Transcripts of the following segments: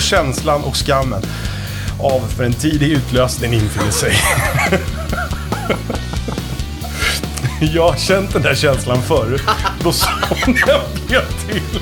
och känslan och skammen av för en tidig utlösning infinner sig. Jag har känt den där känslan förut. Då somnade jag till.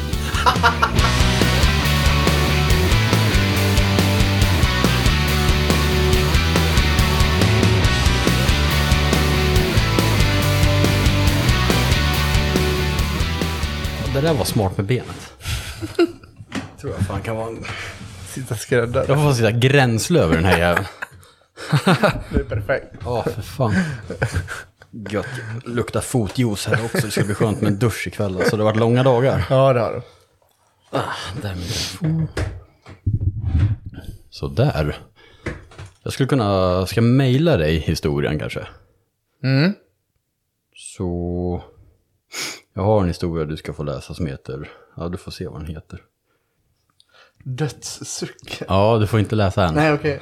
Det där var smart med benet. Tror jag fan kan vara en... Sitta skräddare. Jag får sitta gränslös över den här jäveln. Det är perfekt. Ja, för fan. Gött. Luktar fotjuice här också. Det ska bli skönt med en dusch ikväll. Så det har varit långa dagar. Ja, det har du. Där med telefon. Så där. Jag skulle kunna... Ska mejla dig historien kanske? Mm. Så... Jag har en historia du ska få läsa som heter... Ja, du får se vad den heter. Dödssuck. Ja, du får inte läsa än. Nej, okej.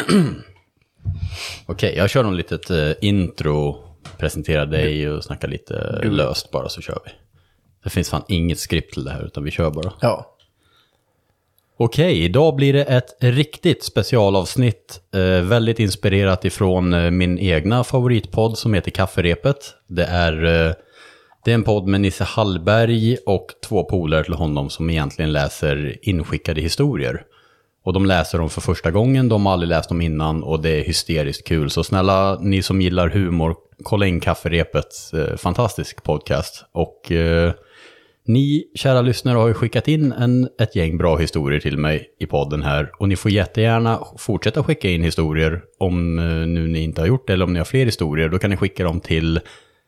Okej, jag kör någon litet intro. Presenterar dig och snackar lite löst bara, så kör vi. Det finns fan inget skript till det här, utan vi kör bara. Ja. Okej, idag blir det ett riktigt specialavsnitt. Väldigt inspirerat ifrån min egna favoritpodd som heter Kafferepet. Det är en podd med Nisse Hallberg och 2 polare till honom som egentligen läser inskickade historier. Och de läser dem för första gången, de har aldrig läst dem innan och det är hysteriskt kul. Så snälla, ni som gillar humor, kolla in Kafferepet, fantastisk podcast. Och ni, kära lyssnare, har ju skickat in ett gäng bra historier till mig i podden här. Och ni får jättegärna fortsätta skicka in historier om nu ni inte har gjort det, eller om ni har fler historier. Då kan ni skicka dem till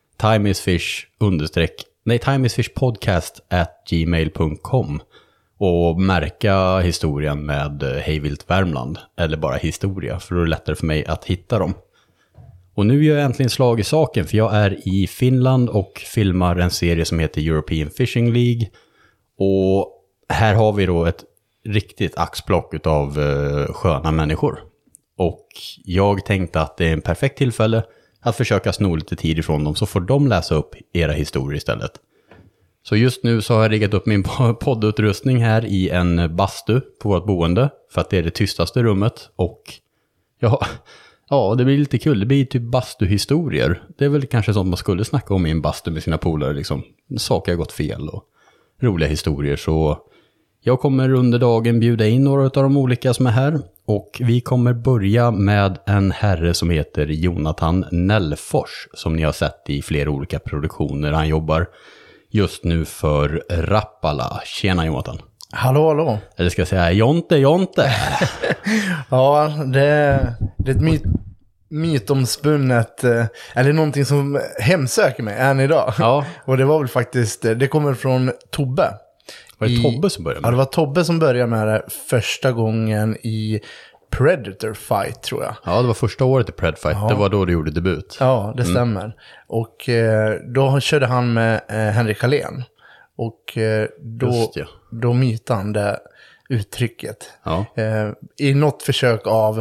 timeisfishpodcast@gmail.com och märka historien med Hejvilt Värmland eller bara historia, för då är det lättare för mig att hitta dem. Och nu gör jag äntligen slag i saken, för jag är i Finland och filmar en serie som heter European Fishing League. Och här har vi då ett riktigt axplock av sköna människor. Och jag tänkte att det är en perfekt tillfälle att försöka sno lite tid ifrån dem, så får de läsa upp era historier istället. Så just nu så har jag riggat upp min poddutrustning här i en bastu på vårt boende, för att det är det tystaste rummet. Och ja, det blir lite kul. Det blir typ bastuhistorier. Det är väl kanske sånt man skulle snacka om i en bastu med sina polare. Liksom. Saker har gått fel och roliga historier. Så jag kommer under dagen bjuda in några av de olika som är här. Och vi kommer börja med en herre som heter Jonathan Nellfors, som ni har sett i flera olika produktioner. Han jobbar just nu för Rappala. Tjena Jonathan. Hallå. Eller ska jag säga Jonte. Ja, det är ett mytomspunnet, eller någonting som hemsöker mig än idag. Ja. Och det var väl faktiskt, det kommer från Tobbe. Var det Tobbe som började med det? Ja, det var Tobbe som började med det första gången i Predator Fight, tror jag. Ja, det var första året i Pred Fight. Ja. Det var då du gjorde debut. Ja, det stämmer. Och då körde han med Henrik Hallén. Och då mytade han det uttrycket. Ja. I något försök av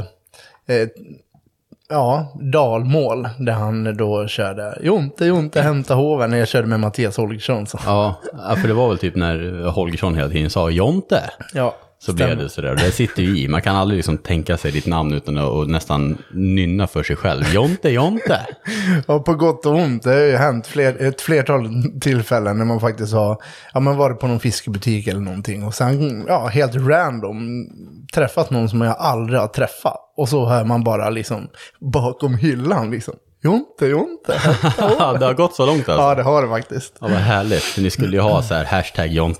dalmål, där han då körde Jonte, hämta hoven, när jag körde med Mattias Holgersson. Så. Ja, för det var väl typ när Holgersson hela tiden sa Jonte. Ja. Så blev det sådär. Det sitter ju i. Man kan aldrig liksom tänka sig ditt namn utan att nästan nynna för sig själv. Jonte. Ja, på gott och ont. Det har ju hänt ett flertal tillfällen när man faktiskt har varit på någon fiskebutik eller någonting. Och sen, helt random träffat någon som jag aldrig har träffat. Och så hör man bara liksom bakom hyllan liksom. Jonte. Det har gått så långt alltså. Ja, det har det faktiskt. Ja, vad härligt. För ni skulle ju ha så här hashtag Jonte.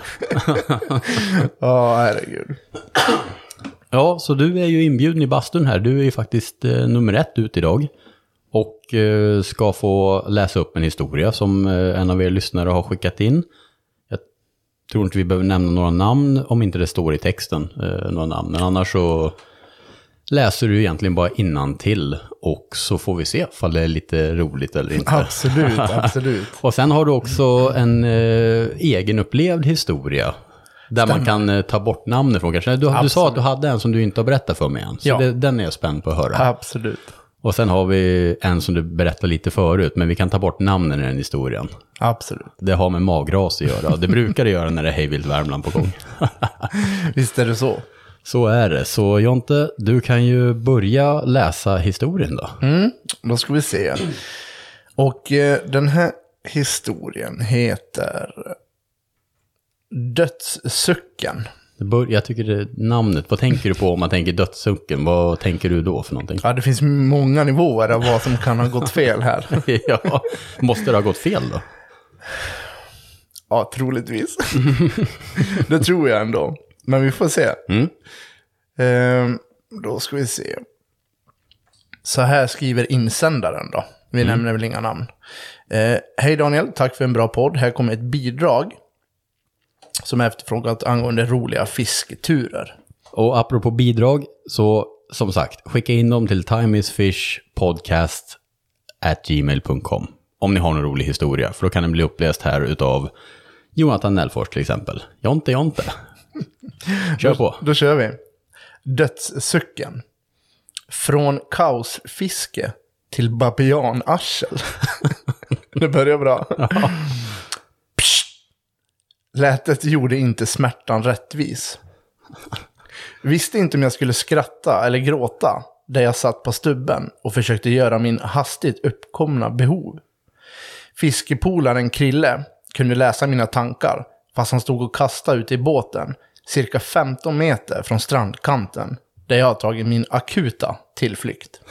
Ja, herregud. Ja, så du är ju inbjuden i bastun här. Du är ju faktiskt nummer 1 ut idag. Och ska få läsa upp en historia som en av er lyssnare har skickat in. Jag tror inte vi behöver nämna några namn om inte det står i texten några namn. Men annars så läser du egentligen bara innantill och så får vi se om det är lite roligt eller inte. Absolut. Och sen har du också en egenupplevd historia där man kan ta bort namnet från kanske. Du sa att du hade en som du inte har berättat för mig än. Så den är jag spänd på att höra. Absolut. Och sen har vi en som du berättade lite förut, men vi kan ta bort namnen i den historien. Absolut. Det har med magras att göra. Det brukar det göra när det är Hejvilt Värmland på gång. Visst är det så. Så är det. Så Jonte, du kan ju börja läsa historien då. Då ska vi se. Och den här historien heter Dödssucken. Jag tycker det namnet, vad tänker du på om man tänker dödssucken? Vad tänker du då för någonting? Ja, det finns många nivåer av vad som kan ha gått fel här. Ja, måste det ha gått fel då? Ja, troligtvis. Det tror jag ändå. Men vi får se. Då ska vi se. Så här skriver insändaren då. Vi nämner väl inga namn. Hej Daniel, tack för en bra podd. Här kommer ett bidrag som är efterfrågat angående roliga fisketurer. Och apropå bidrag, så som sagt, skicka in dem till timeisfishpodcast@gmail.com om ni har någon rolig historia. För då kan den bli uppläst här utav Jonathan Nellfors till exempel. Jonte. Kör på. Då kör vi. Dödssucken. Från kaosfiske till babianarsel. Det börjar bra. Lätet gjorde inte smärtan rättvis. Visste inte om jag skulle skratta eller gråta där jag satt på stubben och försökte göra min hastigt uppkomna behov. Fiskepolaren Krille kunde läsa mina tankar fast han stod och kastade ut i båten cirka 15 meter från strandkanten där jag har tagit min akuta tillflykt.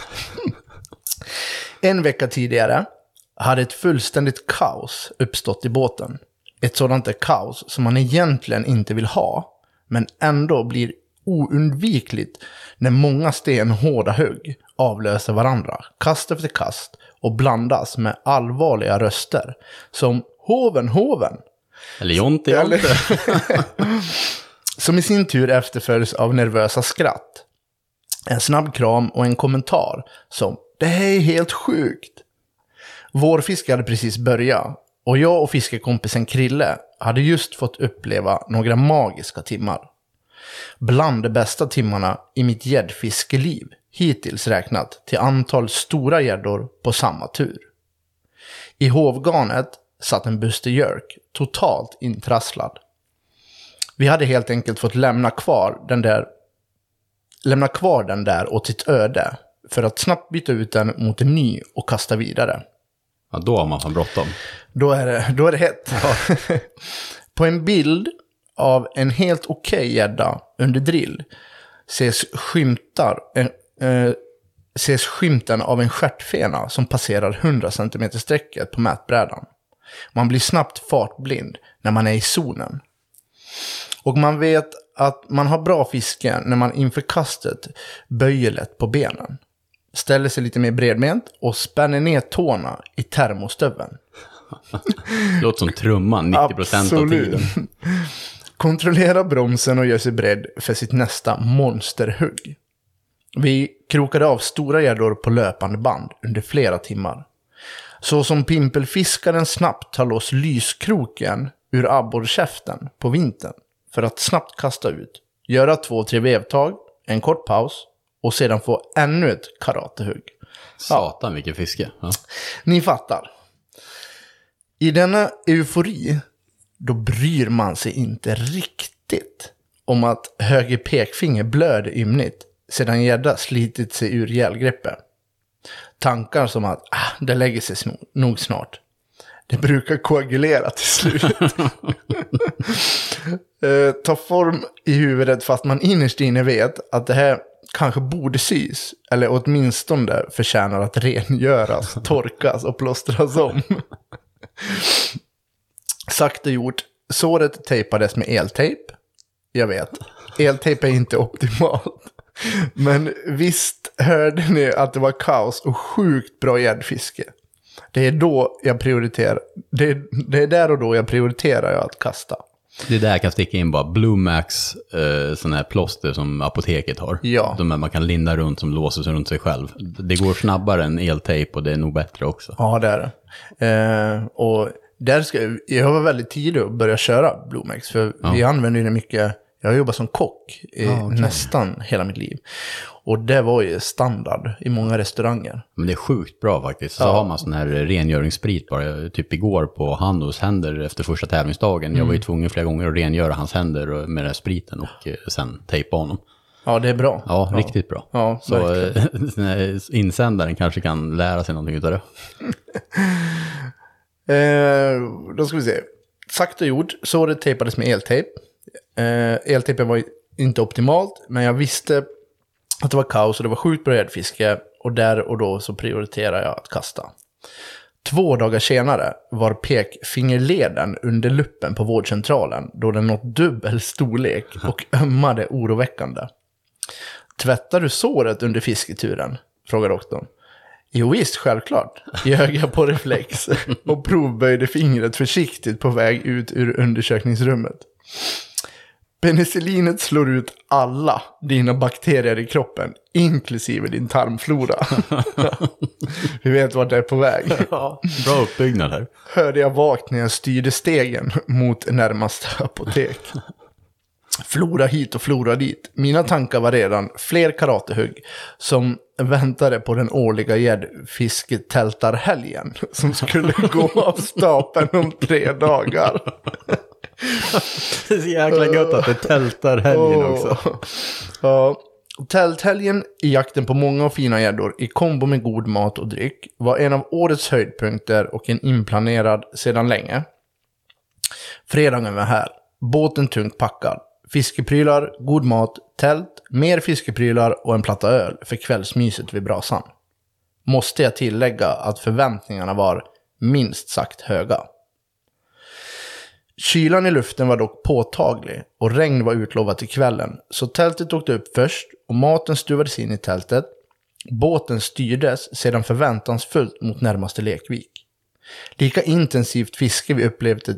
En vecka tidigare hade ett fullständigt kaos uppstått i båten. Ett sådant kaos som man egentligen inte vill ha, men ändå blir oundvikligt när många stenhårda hugg avlöser varandra, kast efter kast, och blandas med allvarliga röster som hoven. Eller Jonte. Som i sin tur efterföljs av nervösa skratt. En snabb kram och en kommentar som "Det här är helt sjukt". Vår fiske hade precis börjat och jag och fiskekompisen Krille hade just fått uppleva några magiska timmar. Bland de bästa timmarna i mitt gäddfiskeliv, hittills räknat till antal stora gäddor på samma tur. I hovgarnet satt en Buster Jerk, totalt intrasslad. Vi hade helt enkelt fått lämna kvar den där åt sitt öde för att snabbt byta ut den mot en ny och kasta vidare. Ja, då har man fan bråttom. Då är det hett. Ja. På en bild av en helt okej gädda under drill ses skymten av en stjärtfena som passerar 100 cm-strecket på mätbrädan. Man blir snabbt fartblind när man är i zonen. Och man vet att man har bra fiske när man inför kastet böjer lätt på benen. Ställer sig lite mer bredbent och spänner ner tårna i termostöveln. Låter som trumman 90% av tiden. Kontrollera bromsen och gör sig beredd för sitt nästa monsterhugg. Vi krokade av stora gäddor på löpande band under flera timmar. Så som pimpelfiskaren snabbt tar loss lyskroken ur abborrkäften på vintern för att snabbt kasta ut, göra 2-3 vevtag, en kort paus och sedan få ännu ett karatehugg. Satan, vilken fiske. Ja. Ni fattar. I denna eufori, då bryr man sig inte riktigt om att höger pekfinger blöder ymnigt sedan gädda slitit sig ur gällgreppet. Tankar som att det lägger sig nog snart. Det brukar koagulera till slut. Ta form i huvudet fast man innerst inne vet att det här kanske borde sys. Eller åtminstone förtjänar att rengöras, torkas och plåstras om. Sakta gjort. Såret tejpades med eltejp. Jag vet. Eltejp är inte optimalt. Men visst hörde ni att det var kaos och sjukt bra gäddfiske. Det är där och då jag prioriterar att kasta. Det är där jag kan sticka in bara Blue Max, sån här plåster som apoteket har. Ja. De här man kan linda runt som låser sig runt sig själv. Det går snabbare än eltejp och det är nog bättre också. Ja, det är det. Och där jag var väldigt tidig att börja köra Blue Max. För vi använder det mycket. Jag har jobbat som kock i nästan hela mitt liv. Och det var ju standard i många restauranger. Men det är sjukt bra faktiskt. Så har man sån här rengöringssprit bara. Typ igår på Hannos händer efter första tävlingsdagen. Jag var ju tvungen flera gånger att rengöra hans händer med den här spriten och sen tejpa honom. Ja, det är bra. Ja, riktigt bra. Ja, så insändaren kanske kan lära sig någonting utav det. Då ska vi se. Sagt och gjort, så det tejpades med eltejp. Eltejpen var inte optimalt, men jag visste att det var kaos och det var sjukt bra gäddfiske. Och där och då så prioriterar jag att kasta. 2 dagar senare var pekfingerleden under luppen på vårdcentralen då den nått dubbel storlek och ömmade oroväckande. Tvättar du såret under fisketuren? Frågar doktorn. Jo visst, självklart. Ljög jag på reflex och provböjde fingret försiktigt på väg ut ur undersökningsrummet. Penicillinet slår ut alla dina bakterier i kroppen, inklusive din tarmflora. Vi vet vart det är på väg. Ja, bra uppbyggnad här. Hörde jag vakt när jag styrde stegen mot närmaste apotek. Flora hit och flora dit. Mina tankar var redan fler karatehugg som väntade på den årliga gäddfisketältarhelgen som skulle gå av stapeln om 3 dagar. Det är så jäkla gött att det tältar helgen också. Ja, tälthelgen i jakten på många och fina gäddor i kombo med god mat och dryck var en av årets höjdpunkter och en inplanerad sedan länge. Fredagen var här. Båten tungt packad. Fiskeprylar, god mat, tält, mer fiskeprylar och en platta öl för kvällsmyset vid brasan. Måste jag tillägga att förväntningarna var minst sagt höga. Kylan i luften var dock påtaglig och regn var utlovat till kvällen, så tältet åkte upp först och maten stuvades in i tältet. Båten styrdes sedan förväntansfullt mot närmaste lekvik. Lika intensivt fiske vi upplevt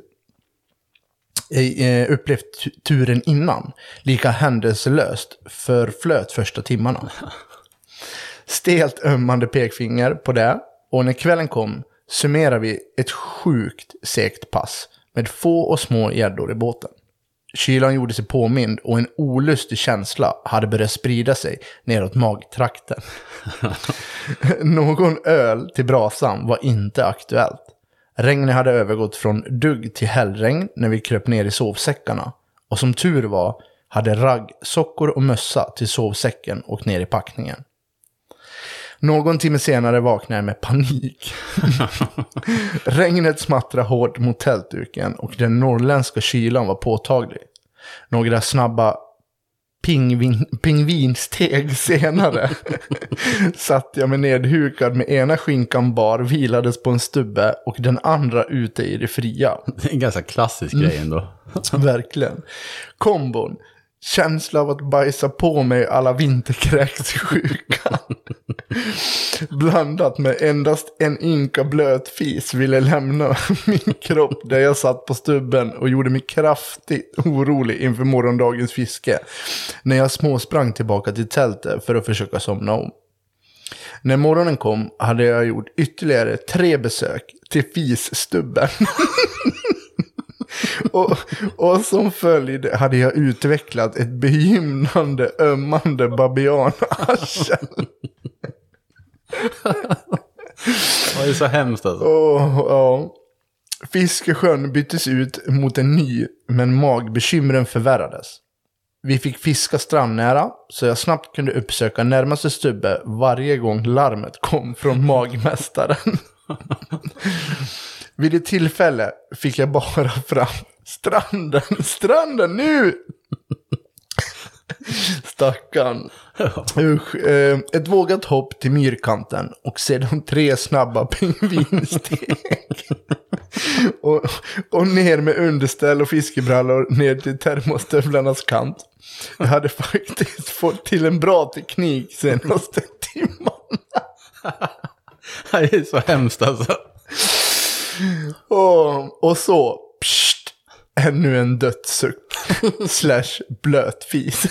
turen innan, lika händelselöst förflöt första timmarna. Stelt ömmande pekfinger på det, och när kvällen kom summerar vi ett sjukt segt pass med få och små gäddor i båten. Kylan gjorde sig påmind och en olustig känsla hade börjat sprida sig neråt magtrakten. Någon öl till brasan var inte aktuellt. Regnet hade övergått från dugg till hällregn när vi kröp ner i sovsäckarna. Och som tur var hade ragg, sockor och mössa till sovsäcken och ner i packningen. Någon timme senare vaknade jag med panik. Regnet smattrade hårt mot tältduken och den norrländska kylan var påtaglig. Några snabba pingvinsteg senare satt jag med nedhukad med ena skinkan bar, vilades på en stubbe och den andra ute i det fria. Det är en ganska klassisk grej ändå. Verkligen. Kombon. Känsla av att bajsa på mig alla vinterkräkssjukan. Blandat med endast en ynka blöt fis ville lämna min kropp där jag satt på stubben och gjorde mig kraftigt orolig inför morgondagens fiske. När jag småsprang tillbaka till tältet för att försöka somna om. När morgonen kom hade jag gjort ytterligare 3 besök till fisstubben. Och som följd hade jag utvecklat ett begynnande ömmande babianarsel. Det är så hemskt alltså. Ja. Fiskesjön byttes ut mot en ny, men magbekymren förvärrades. Vi fick fiska strandnära, så jag snabbt kunde uppsöka närmaste stubbe varje gång larmet kom från magmästaren. Vid ett tillfälle fick jag bara fram stranden nu! Stackarn. Usch, ett vågat hopp till myrkanten och sedan 3 snabba pingvinsteg. och ner med underställ och fiskebrallor ner till termostövlarnas kant. Jag hade faktiskt fått till en bra teknik senaste timmarna. Det är så hemskt alltså. Och så, pst, ännu en dödssuck / blötfis.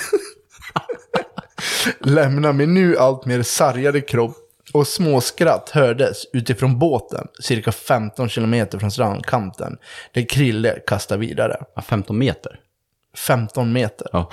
Lämna mig nu allt mer sargade kropp och småskratt hördes utifrån båten cirka 15 kilometer från strandkanten där Krille kastade vidare. 15 meter? 15 meter. Ja.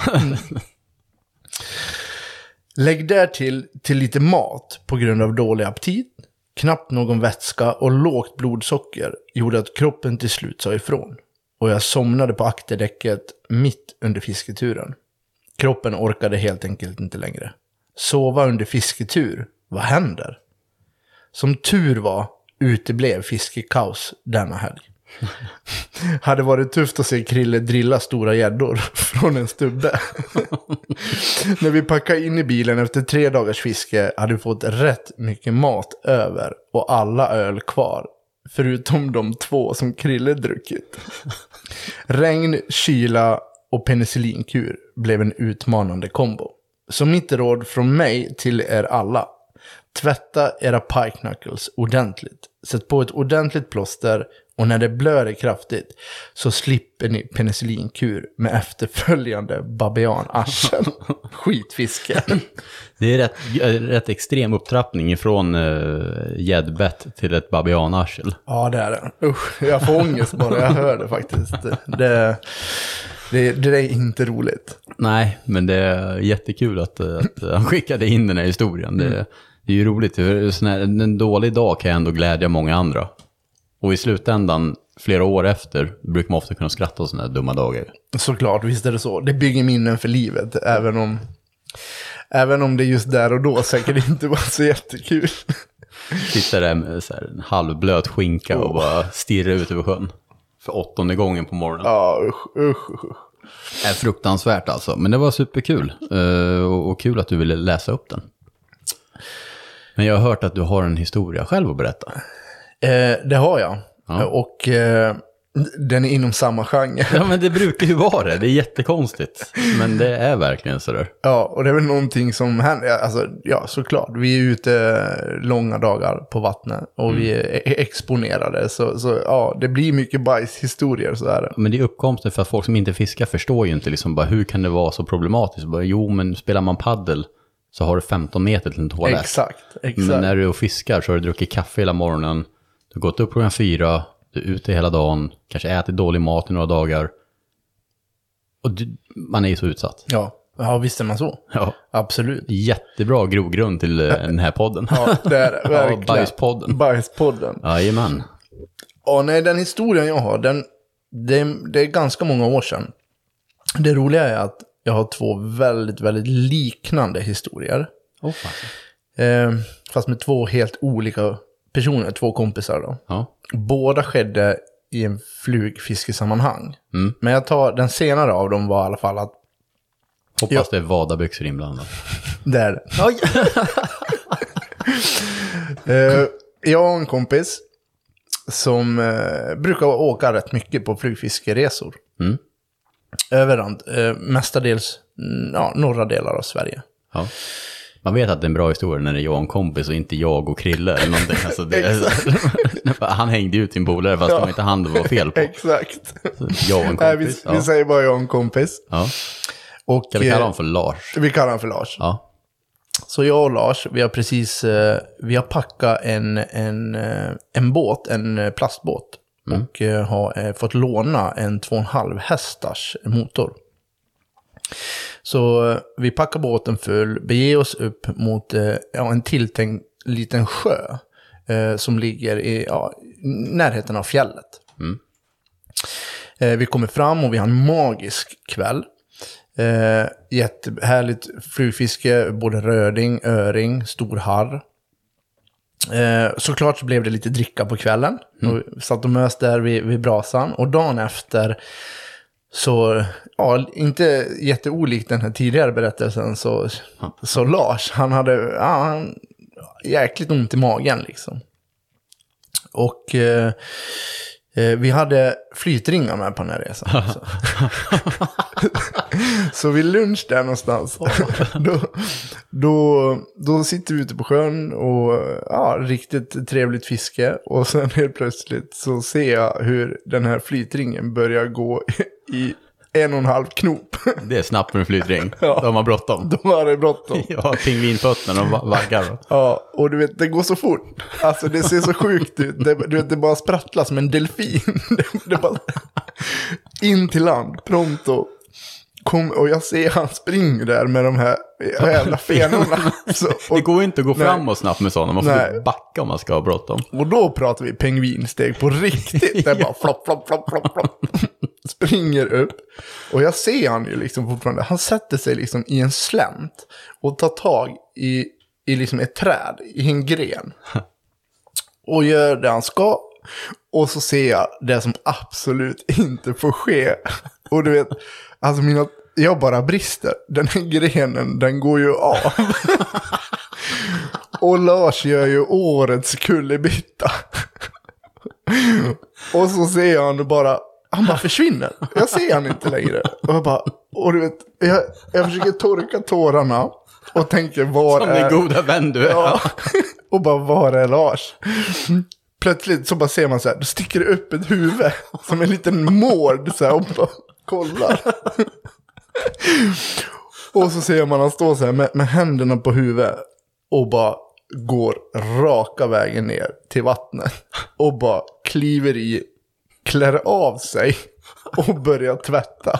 Lägg där till lite mat på grund av dålig aptit. Knappt någon vätska och lågt blodsocker gjorde att kroppen till slut sa ifrån. Och jag somnade på akterdäcket mitt under fisketuren. Kroppen orkade helt enkelt inte längre. Sova under fisketur. Vad händer? Som tur var uteblev fiskekaos denna helg. Hade varit tufft att se Krille drilla stora gäddor från en stubbe. När vi packade in i bilen efter 3 dagars fiske hade vi fått rätt mycket mat över och alla öl kvar. Förutom de 2 som Krille druckit. Regn, kyla och penicillinkur blev en utmanande kombo. Så mitt råd från mig till er alla. Tvätta era pike knuckles ordentligt. Sätt på ett ordentligt plåster och när det blöder kraftigt så slipper ni penicillinkur med efterföljande babianarsel. Skitfiske. Det är rätt extrem upptrappning från gäddbett till ett babianarsel. Ja, det är det. Usch, jag får ångest bara jag hör det faktiskt. Det är inte roligt. Nej, men det är jättekul att han skickade in den här historien. Det är ju roligt. En dålig dag kan ändå glädja många andra. Och i slutändan, flera år efter, brukar man ofta kunna skratta åt sådana här dumma dagar. Såklart, visst är det så. Det bygger minnen för livet, även om det just där och då säkert inte var så jättekul. Sitter där med så här en halvblöt skinka och bara stirrar ut över sjön. För 8:e gången på morgonen. Ja, usch. Det är fruktansvärt alltså. Men det var superkul. Och kul att du ville läsa upp den. Men jag har hört att du har en historia själv att berätta. Det har jag. Ja. Och den är inom samma genre. Ja, men det brukar ju vara det. Det är jättekonstigt. Men det är verkligen sådär. Ja, och det är väl någonting som händer. Alltså, ja, såklart. Vi är ute långa dagar på vattnet. Och vi är exponerade. Så ja, det blir mycket bajshistorier så är det. Men det är uppkomsten för att folk som inte fiskar förstår ju inte liksom bara hur kan det vara så problematiskt. Bara, jo, men spelar man paddel så har du 15 meter till en toalett. Exakt. Men när du är och fiskar så har du druckit kaffe hela morgonen. Du har gått upp klockan 4. Du är ute hela dagen. Kanske äter dålig mat i några dagar. Och man är ju så utsatt. Ja, visst är man så. Ja. Absolut. Jättebra grogrund till den här podden. Ja, det är det. Verkligen. Ja, Bajspodden. Jajamän. Ja, nej, den historien jag har, det är ganska många år sedan. Det roliga är att jag har 2 väldigt, väldigt liknande historier. Fast med 2 helt olika personer, 2 kompisar då. Ja. Båda skedde i en flugfiskesammanhang. Men jag tar den senare av dem var i alla fall att... Hoppas det är vadabyxor inblandade. Det är det. Jag har en kompis som brukar åka rätt mycket på flugfiskeresor. Överallt, mestadels norra delar av Sverige. Ja. Man vet att det är en bra historia när det är jag och en kompis och inte jag och Krille eller någonting. Alltså han hängde ut sin polare fast det var inte han det var fel på. Exakt. Jag och en kompis. Vi säger bara jag och en kompis. Ja. Och kan vi kalla honom för Lars? Vi kallar honom för Lars. Ja. Så jag och Lars, vi har packat en båt, en plastbåt. Och har fått låna en 2,5 hästars motor. Så vi packar båten full, beger oss upp mot en tilltänkt liten sjö som ligger i närheten av fjället. Vi kommer fram och vi har en magisk kväll. Jättehärligt flugfiske, både röding, öring, stor harr. Såklart så blev det lite dricka på kvällen. Och vi satt och mös där vid brasan. Och dagen efter så, inte jätteolikt den här tidigare berättelsen, så Lars, han hade jäkligt ont i magen liksom. Och vi hade flytringar med på den här resan. Så vid lunch där någonstans, då sitter vi ute på sjön och riktigt trevligt fiske. Och sen helt plötsligt så ser jag hur den här flytringen börjar gå i 1,5 knop. Det är snabbt för en flytring. Ja. Då har man bråttom. Då har det bråttom. Ja, pingvinfötterna och vaggar. Ja, och du vet, det går så fort. Alltså det ser så sjukt ut. Det bara sprattlar som en delfin. Det bara in till land, pronto. Och jag ser han springer där med de här jävla fenorna. Det går inte att gå framåt snabbt med sådana. Man får backa om man ska ha bråttom. Och då pratar vi pingvinsteg på riktigt. Det är bara flopp, flopp, flopp, flopp, flopp. springer upp. Och jag ser han ju liksom fortfarande. Han sätter sig liksom i en slänt och tar tag i liksom ett träd, i en gren. Och gör det han ska. Och så ser jag det som absolut inte får ske. Och du vet, alltså jag bara brister. Den här grenen, den går ju av. Och Lars gör ju årets kullerbytta. Och så ser jag han bara, han bara försvinner. Jag ser han inte längre. Och du vet, jag försöker torka tårarna. Och tänker, var som är... den goda vän du är. Ja. Och bara, var är Lars? Plötsligt så bara ser man så här, då sticker det upp ett huvud. Som en liten mård så här, och bara kollar. Och så ser man han står så här med händerna på huvudet. Och bara går raka vägen ner till vattnet. Och bara kliver i, klär av sig. Och börjar tvätta.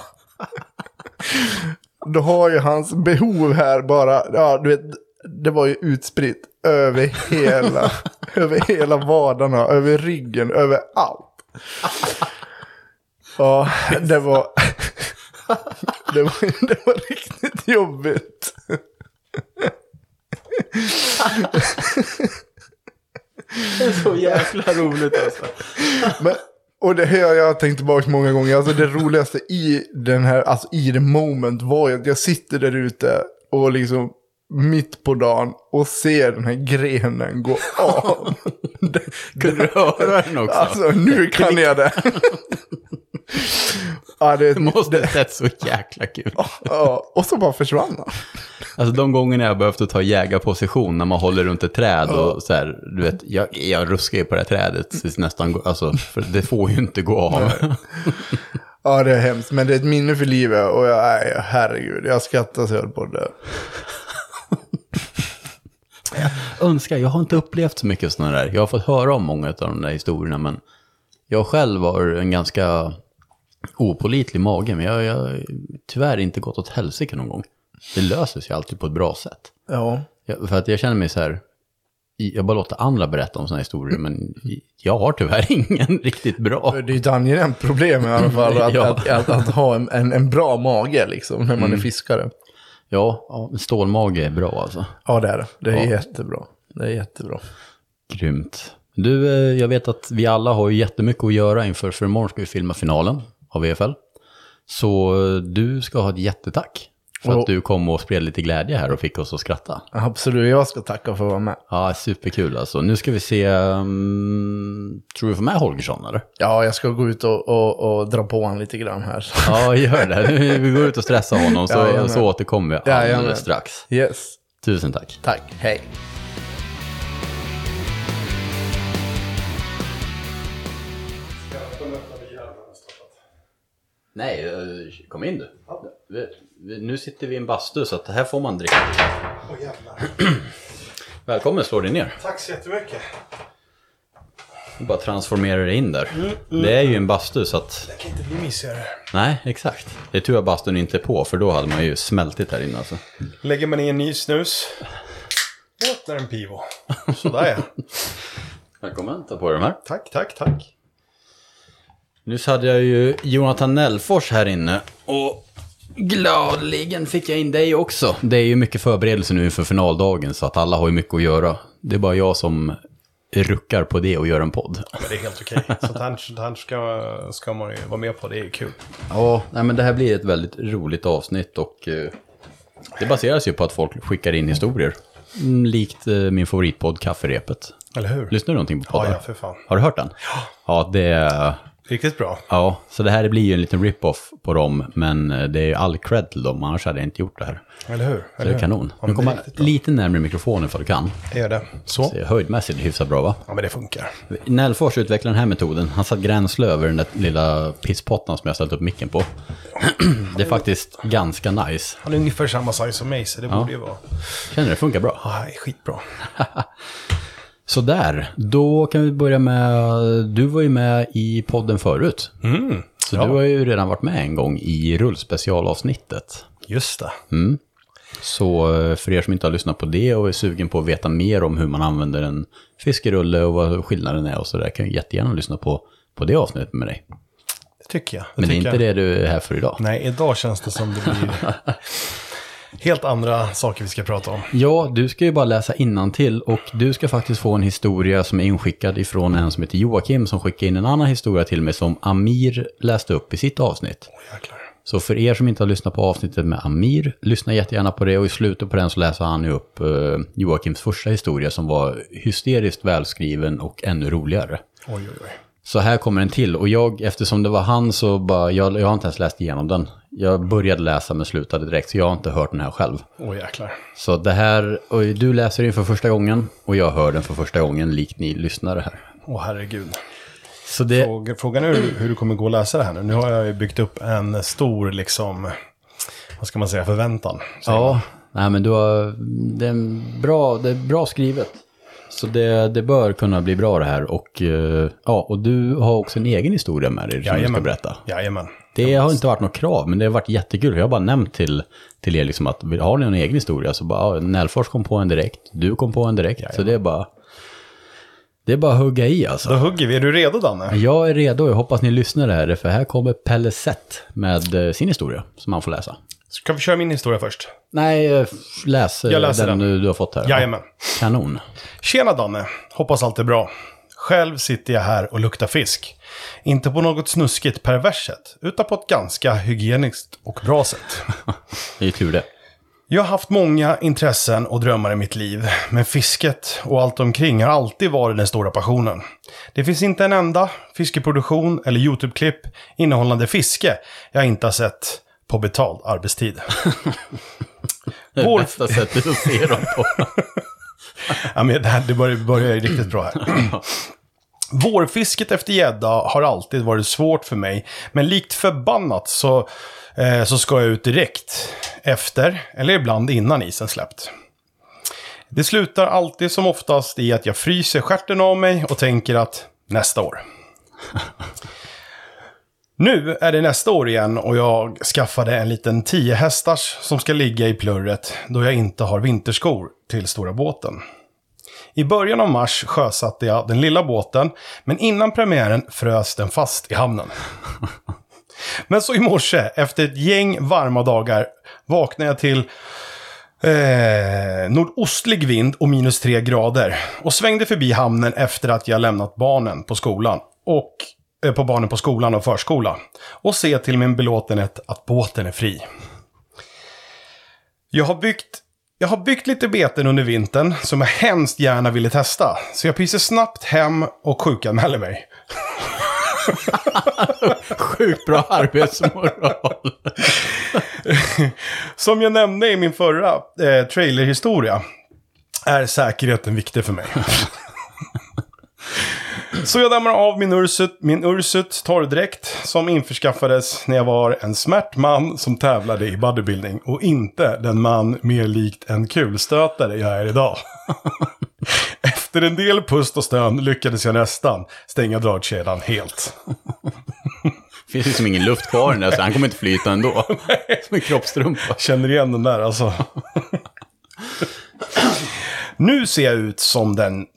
Då har ju hans behov här bara, ja du vet, det var ju utspritt över hela vadarna, över ryggen, över allt. Ja, det var riktigt jobbigt. Det är så jäkla roligt alltså. Och det här jag har tänkt tillbaka många gånger. Alltså det roligaste i den här, alltså i the moment var ju att jag sitter där ute och liksom mitt på dagen och ser den här grenen gå av. Kunde du höra den också? Alltså nu kan jag det. Ja, det måste ha sett så jäkla kul. Ja, och så bara försvann han. Alltså de gångerna jag behövde ta jägarposition när man håller runt ett träd och så här, du vet, jag ruskar ju på det här trädet nästan, alltså, för det får ju inte gå av. Ja, det är hemskt, men det är ett minne för livet och herregud, jag skrattar så jag på det. Jag har inte upplevt så mycket sådana där. Jag har fått höra om många av de där historierna, men jag själv har en ganska opålitlig mage, men jag har tyvärr inte gått åt helsike någon gång. Det löser sig alltid på ett bra sätt. Ja. För att jag känner mig så här, jag bara låter andra berätta om sådana historier, men jag har tyvärr ingen riktigt bra. Det är ju ett angenämt problem i alla fall, att ha en bra mage liksom, när man är fiskare. Ja, stålmage är bra alltså. Ja, det är det. Det är jättebra. Det är jättebra. Grymt. Du, jag vet att vi alla har ju jättemycket att göra för imorgon ska vi filma finalen av VFL. Så du ska ha ett jättetack för att du kom och spred lite glädje här och fick oss att skratta. Absolut, jag ska tacka för att vara med. Ja, superkul alltså. Nu ska vi se, tror du får med Holgersson eller? Ja, jag ska gå ut och dra på honom lite grann här. Ja, gör det. Vi går ut och stressar honom så återkommer vi alldeles strax. Yes. Tusen tack. Tack, hej. Nej, kom in du. Nu sitter vi i en bastu så att här får man dricka. Åh jävlar. Välkommen, slå dig ner. Tack så jättemycket. Bara transformera dig in där. Det är ju en bastu så att... Det kan inte bli missigare. Nej, exakt. Det är tur att bastun inte är på, för då hade man ju smältit här inne alltså. Lägger man i en ny snus. Och öppnar en pivo. Sådär ja. Välkommen, ta på dig de här. Tack. Nyss hade jag ju Jonathan Nellfors här inne. Och gladeligen fick jag in dig också. Det är ju mycket förberedelse nu inför finaldagen, så att alla har ju mycket att göra. Det är bara jag som ruckar på det och gör en podd. Men det är helt okej. Sånt här ska man ju vara med på, det är kul. Ja, nej, men det här blir ett väldigt roligt avsnitt och det baseras ju på att folk skickar in historier. Likt min favoritpodd Kafferepet. Eller hur? Lyssnar du någonting på podden? Ja, för fan. Har du hört den? Ja. Ja, det är... Riktigt bra. Ja, så det här blir ju en liten rip-off på dem, men det är all cred till dem, annars hade jag inte gjort det här. Eller hur? Så det är kanon. Ja, nu kommer lite närmare mikrofonen för du kan. Jag gör det. Så Höjdmässigt hyfsat bra va? Ja, men det funkar. Nellfors utvecklade den här metoden. Han satt gränsle över den där lilla pisspottan som jag ställt upp micken på. Det är faktiskt ganska nice. Han är ungefär samma size som mig, så det borde ju vara... Känner det funkar bra? Ja, skitbra. Så där, då kan vi börja med, du var ju med i podden förut. Så du har ju redan varit med en gång i rullspecialavsnittet. Just det. Så för er som inte har lyssnat på det och är sugen på att veta mer om hur man använder en fiskerulle och vad skillnaden är och så där, kan ju jättegärna lyssna på det avsnittet med dig. Det tycker jag. Men det är inte det du är här för idag. Nej, idag känns det som det blir helt andra saker vi ska prata om. Ja, du ska ju bara läsa innantill och du ska faktiskt få en historia som är inskickad ifrån en som heter Joakim som skickade in en annan historia till mig som Amir läste upp i sitt avsnitt. Jäklar. Så för er som inte har lyssnat på avsnittet med Amir, lyssna jättegärna på det och i slutet på den så läser han ju upp Joakims första historia som var hysteriskt välskriven och ännu roligare. Oj. Så här kommer en till och eftersom det var han så bara, jag har inte ens läst igenom den. Jag började läsa men slutade direkt så jag har inte hört den här själv. Jäklar. Så det här, och du läser den för första gången och jag hör den för första gången likt ni lyssnare här. Herregud. Så det... Frågan är hur du kommer gå och läsa det här nu. Nu har jag ju byggt upp en stor liksom, vad ska man säga, förväntan. Ja, nej men det är bra skrivet. Så det bör kunna bli bra det här. Och du har också en egen historia med dig som du ska berätta. Jajamän. Det har inte varit något krav, men det har varit jättekul. Jag har bara nämnt till er liksom att har ni en egen historia så bara, Nälfors kom på en direkt. Du kom på en direkt. Jajamän. Så det är bara att hugga i alltså. Då hugger vi. Är du redo, Danne? Jag är redo. Jag hoppas ni lyssnar här. För här kommer Pelle Sett med sin historia som man får läsa. Ska vi köra min historia först? Nej, jag läser den du har fått här. Jajamän. Kanon. Tjena Danne. Hoppas allt är bra. Själv sitter jag här och luktar fisk. Inte på något snuskigt perverst sätt, utan på ett ganska hygieniskt och bra sätt. Det är tur det. Jag har haft många intressen och drömmar i mitt liv, men fisket och allt omkring har alltid varit den stora passionen. Det finns inte en enda fiskeproduktion eller YouTube-klipp innehållande fiske jag inte har sett på betald arbetstid. Det är bästa sättet att se dem på. Ja, men det börjar ju riktigt bra här. Vårfisket efter gädda har alltid varit svårt för mig, men likt förbannat så ska jag ut direkt efter, eller ibland innan isen släppt. Det slutar alltid som oftast i att jag fryser stjärten av mig och tänker att nästa år. Nu är det nästa år igen och jag skaffade en liten 10 hästars som ska ligga i plurret då jag inte har vinterskor till stora båten. I början av mars sjösatte jag den lilla båten, men innan premiären frös den fast i hamnen. Men så i morse, efter ett gäng varma dagar, vaknade jag till nordostlig vind och -3 grader och svängde förbi hamnen efter att jag lämnat barnen på skolan och förskola och se till min belåtenhet att båten är fri. Jag har byggt lite beten under vintern som jag hemskt gärna ville testa. Så jag pyser snabbt hem och sjukanmäler mig. Sjukt bra arbetsmoral. Som jag nämnde i min förra trailerhistoria är säkerheten viktig för mig. Så jag dammar av min Ursut torrdräkt som införskaffades när jag var en smärt man som tävlade i bodybuilding och inte den man mer likt en kulstötare jag är idag. Efter en del pust och stön lyckades jag nästan stänga dragkedjan helt. Det finns liksom ingen luft kvar där så han kommer inte flyta ändå. Som en kroppstrumpa. Känner igen den där alltså. Nu ser jag ut som den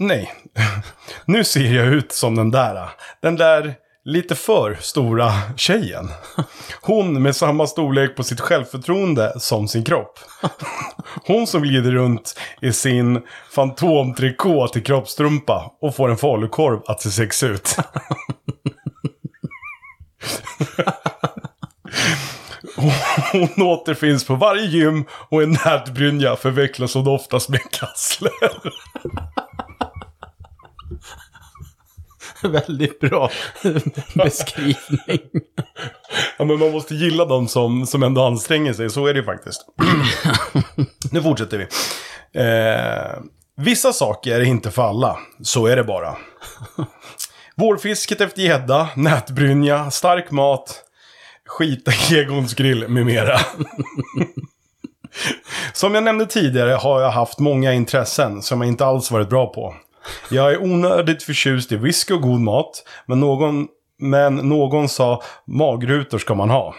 där lite för stora tjejen. Hon med samma storlek på sitt självförtroende som sin kropp. Hon som glider runt i sin fantomtrikå till kroppstrumpa och får en falukorv att se sex ut. Hon återfinns på varje gym och en nätbrynja förvecklas hon oftast med kassler. Väldigt bra beskrivning. Ja, men man måste gilla dem som ändå anstränger sig. Så är det ju faktiskt. Nu fortsätter vi. Vissa saker är inte för alla. Så är det bara. Vårfisket efter gädda, nätbrynja, stark mat, skita Egons grill med mera. Som jag nämnde tidigare har jag haft många intressen som jag inte alls varit bra på. Jag är onödigt förtjust i whisky och god mat, men någon sa magrutor ska man ha.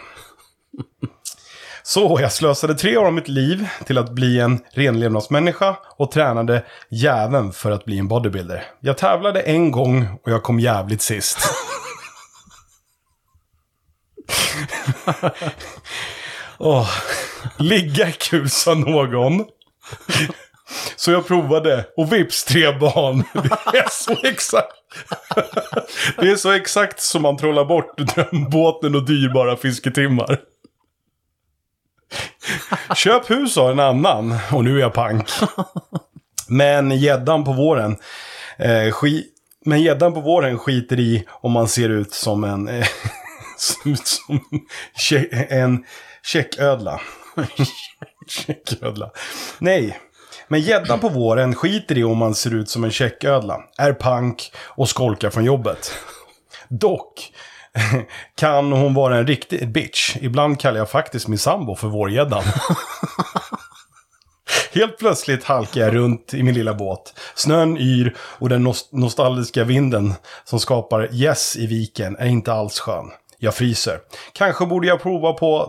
Så jag slösade 3 år av mitt liv till att bli en renlevnadsmänniska och tränade jäveln för att bli en bodybuilder. Jag tävlade en gång och jag kom jävligt sist. Ligga är kul, sa någon. Så jag provade och vips 3 barn. Det är så exakt. Det är så exakt som man trollar bort drömbåten och dyrbara fisketimmar. Köp hus av en annan. Och nu är jag pank. Men gäddan på våren skiter i om man ser ut som en en checködla. Checködla. Nej. Men gäddan på våren skiter i om man ser ut som en checködla, är pank och skolkar från jobbet. Dock kan hon vara en riktig bitch. Ibland kallar jag faktiskt min sambo för vårgäddan. Helt plötsligt halkar jag runt i min lilla båt. Snön yr och den nostalgiska vinden som skapar gäss i viken är inte alls skön. Jag fryser. Kanske borde jag prova på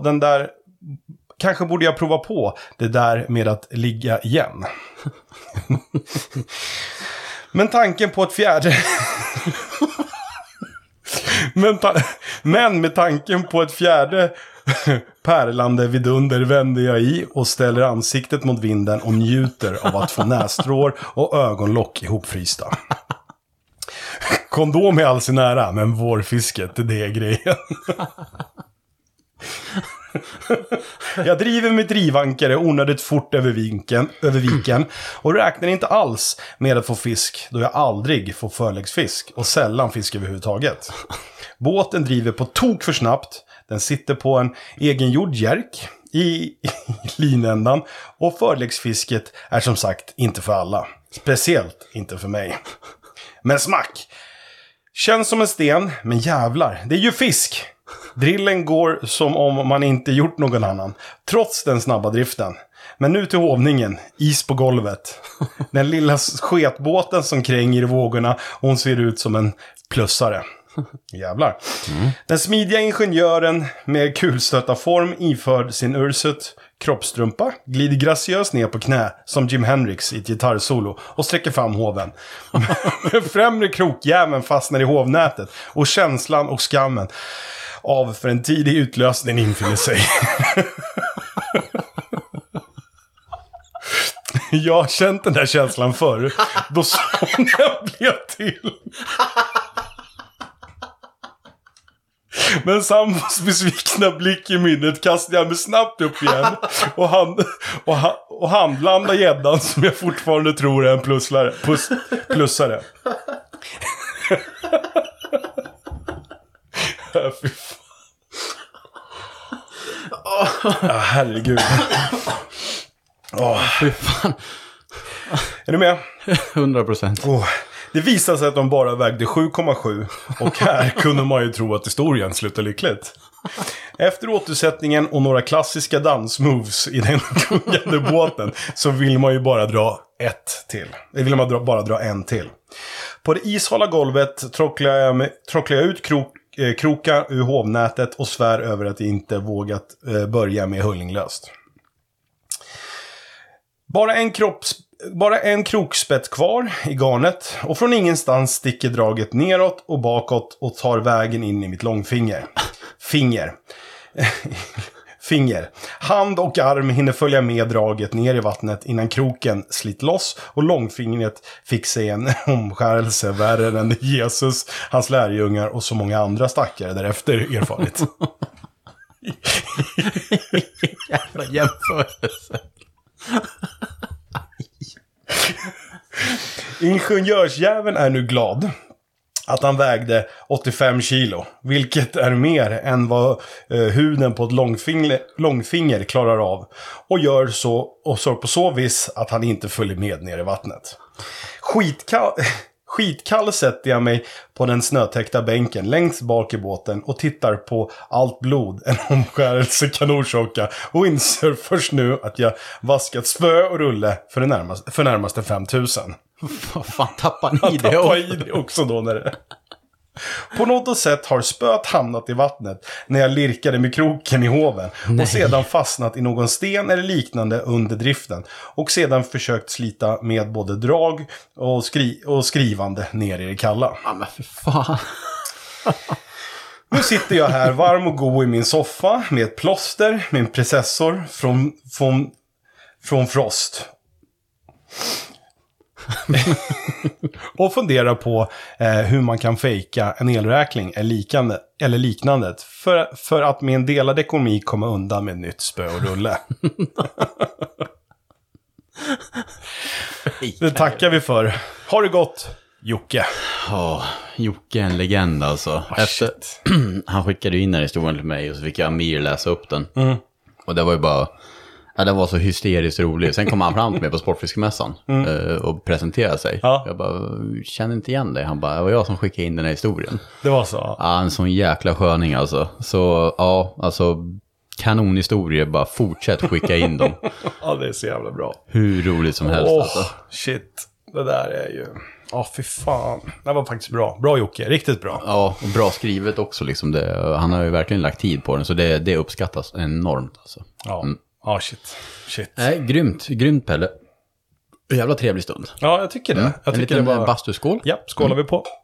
det där med att ligga igen. Men tanken på ett fjärde... Men med tanken på ett fjärde pärlande vidunder vänder jag i och ställer ansiktet mot vinden och njuter av att få nässtrår och ögonlock ihopfrysta. Kondom är all sin ära, men vårfisket, det är grejen. Jag driver mitt drivankare onödigt fort över viken och räknar inte alls med att få fisk, då jag aldrig får förläggsfisk och sällan fisk överhuvudtaget. Båten driver på tok för snabbt. Den sitter på en egengjord järk i linändan och förläggsfisket är som sagt inte för alla. Speciellt inte för mig. Men smack! Känns som en sten, men jävlar, det är ju fisk! Drillen går som om man inte gjort någon annan, trots den snabba driften. Men nu till hovningen, is på golvet. Den lilla sketbåten som kränger i vågorna, hon ser ut som en plussare. Jävlar. Den smidiga ingenjören med kulstötta form iförd sin Ursut kroppstrumpa glider graciöst ner på knä som Jim Hendrix i ett gitarrsolo och sträcker fram hoven. Främre krokjäveln fastnar i hovnätet och känslan och skammen av för en tidig utlösning infinner sig. Jag har känt den där känslan förr, då sången blev till. Men sambos besvikna blick i minnet kastade jag mig snabbt upp igen och handlandade gäddan som jag fortfarande tror är en plussare. Fy fan. Herregud. Fy fan. Är du med? 100%. Det visade sig att de bara vägde 7,7 och här kunde man ju tro att historien slutar lyckligt. Efter återsättningen och några klassiska dansmoves i den kungande båten så vill man ju bara dra en till. På det ishala golvet trocklar jag ut krokar ur hovnätet och svär över att jag inte vågat börja med hullinglöst. Bara en krokspett kvar i garnet och från ingenstans sticker draget neråt och bakåt och tar vägen in i mitt långfinger. Finger. Hand och arm hinner följa med draget ner i vattnet innan kroken slitt loss och långfingret fick sig en omskärelse värre än Jesus, hans lärjungar och så många andra stackare därefter erfarit. Jävla jämförelse. Ingenjörsjäveln är nu glad att han vägde 85 kilo, vilket är mer än vad huden på ett långfinger klarar av och gör så på så vis att han inte följer med ner i vattnet. Skitkall sätter jag mig på den snötäckta bänken längst bak i båten och tittar på allt blod en omskärelse kan orsaka och inser först nu att jag vaskat spö och rulle för närmaste 5000. Vad fan tappar ni det? Tappar i det också då när det... På något sätt har spöt hamnat i vattnet när jag lirkade med kroken i hoven och sedan fastnat i någon sten eller liknande under driften och sedan försökt slita med både drag och skrivande ner i det kalla. Ja men för fan. Nu sitter jag här varm och god i min soffa med ett plåster, min processor från Frost. Och funderar på hur man kan fejka en elräkning eller liknande för att med en delad ekonomi komma undan med ett nytt spö och rulle. Det tackar vi för. Har det gott, Jocke? Ja, Jocke är en legend alltså. Han skickade in den historien till mig och så fick jag Amir läsa upp den. Och det var ju bara... Ja, det var så hysteriskt roligt. Sen kom han fram till mig på Sportfiskemässan och presenterade sig. Ja. Jag bara, känner inte igen dig. Han bara, det var jag som skickade in den här historien. Det var så? Ja, en sån jäkla sköning alltså. Så ja, alltså kanonhistorier, bara fortsätt skicka in dem. Ja, det är så jävla bra. Hur roligt som helst alltså. Shit. Det där är ju... fy fan. Det var faktiskt bra. Bra Jocke, riktigt bra. Ja, och bra skrivet också liksom. Han har ju verkligen lagt tid på den, så det uppskattas enormt alltså. Ja. Shit. Nej, grymt Pelle. Jävla trevlig stund. Ja, jag tycker det. Jag tycker det var... en bastuskål. Ja, skålar vi på.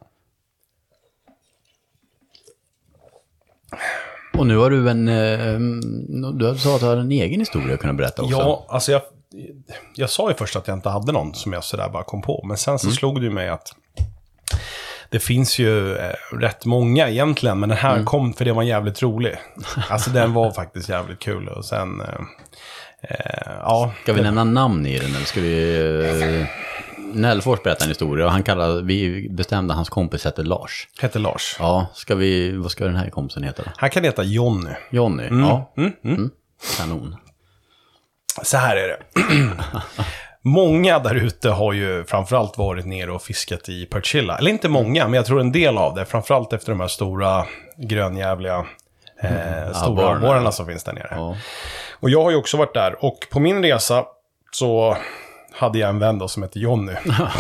Och nu har du du sa att du har en egen historia att kunna berätta också. Ja, alltså jag sa ju först att jag inte hade någon som jag sådär bara kom på. Men sen så slog det ju mig att det finns ju rätt många egentligen. Men den här kom för det var jävligt rolig. Alltså den var faktiskt jävligt kul. Och sen, Ska vi nämna namn i den eller ska vi... Nellfors berättade en historia och vi bestämde hans kompis heter Lars. Heter Lars. Ja, vad ska den här kompisen heta då? Han kan heta Jonny. Jonny, Kanon. Så här är det. Många där ute har ju framförallt varit nere och fiskat i Perchilla. Eller inte många, men jag tror en del av det. Framförallt efter de här stora grönjävliga stora abborrarna som finns där nere. Ja. Och jag har ju också varit där. Och på min resa så hade jag en vän då som heter Jonny.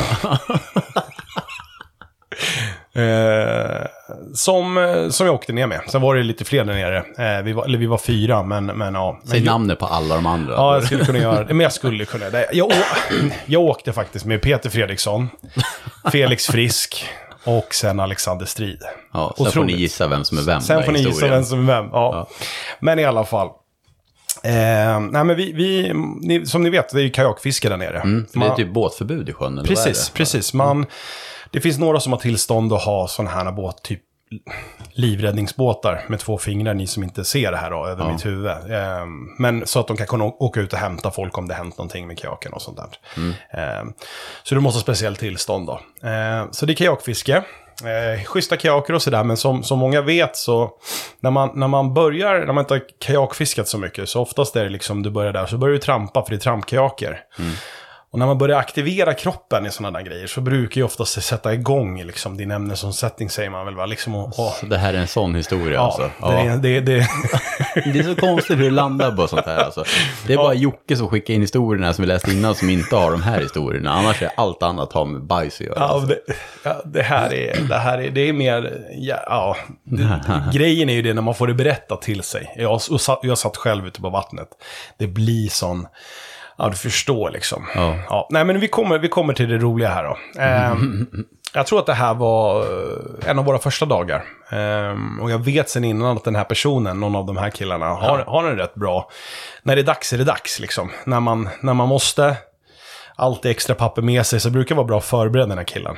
Som jag åkte ner med. Sen var det lite fler där nere. Vi var 4, men ja. Säg namnet på alla de andra. Ja, jag skulle kunna göra det. Men jag skulle kunna det. Jag åkte faktiskt med Peter Fredriksson, Felix Frisk och sen Alexander Strid. Ja, sen får ni gissa vem som är vem. Sen får ni gissa vem som är vem, ja. Men i alla fall. Nej men vi som ni vet, det är ju kajakfiske där nere. För det är typ båtförbud i sjön, eller precis. Det finns några som har tillstånd att ha sådana här typ livräddningsbåtar med 2 fingrar, ni som inte ser det här då, över mitt huvud. Men så att de kan kunna åka ut och hämta folk om det hänt någonting med kajaken och sånt där. Så du måste ha speciellt tillstånd då. Så det är kajakfiske. Schyssta kajaker och sådär, men som många vet så när man inte har kajakfiskat så mycket, så oftast är det liksom, du börjar där så börjar du trampa för det är trampkajaker. Och när man börjar aktivera kroppen i sådana där grejer så brukar ju oftast sätta igång liksom din ämnesomsättning, säger man väl va? Liksom Så det här är en sån historia alltså? Det det är så konstigt hur det landar på sånt här alltså. Det är bara Jocke som skickar in historierna som vi läste innan som inte har de här historierna. Annars är allt annat har med bajs att göra. Alltså. Det här är mer... grejen är ju det när man får det berättat till sig. Jag satt själv ute på vattnet. Det blir sån... Ja, du förstår liksom. Ja, nej, men vi kommer till det roliga här då. Jag tror att det här var en av våra första dagar. Och jag vet sen innan att den här personen, någon av de här killarna, har en rätt bra... När det är dags liksom. När man måste alltid extra papper med sig så brukar det vara bra förberedd den här killen.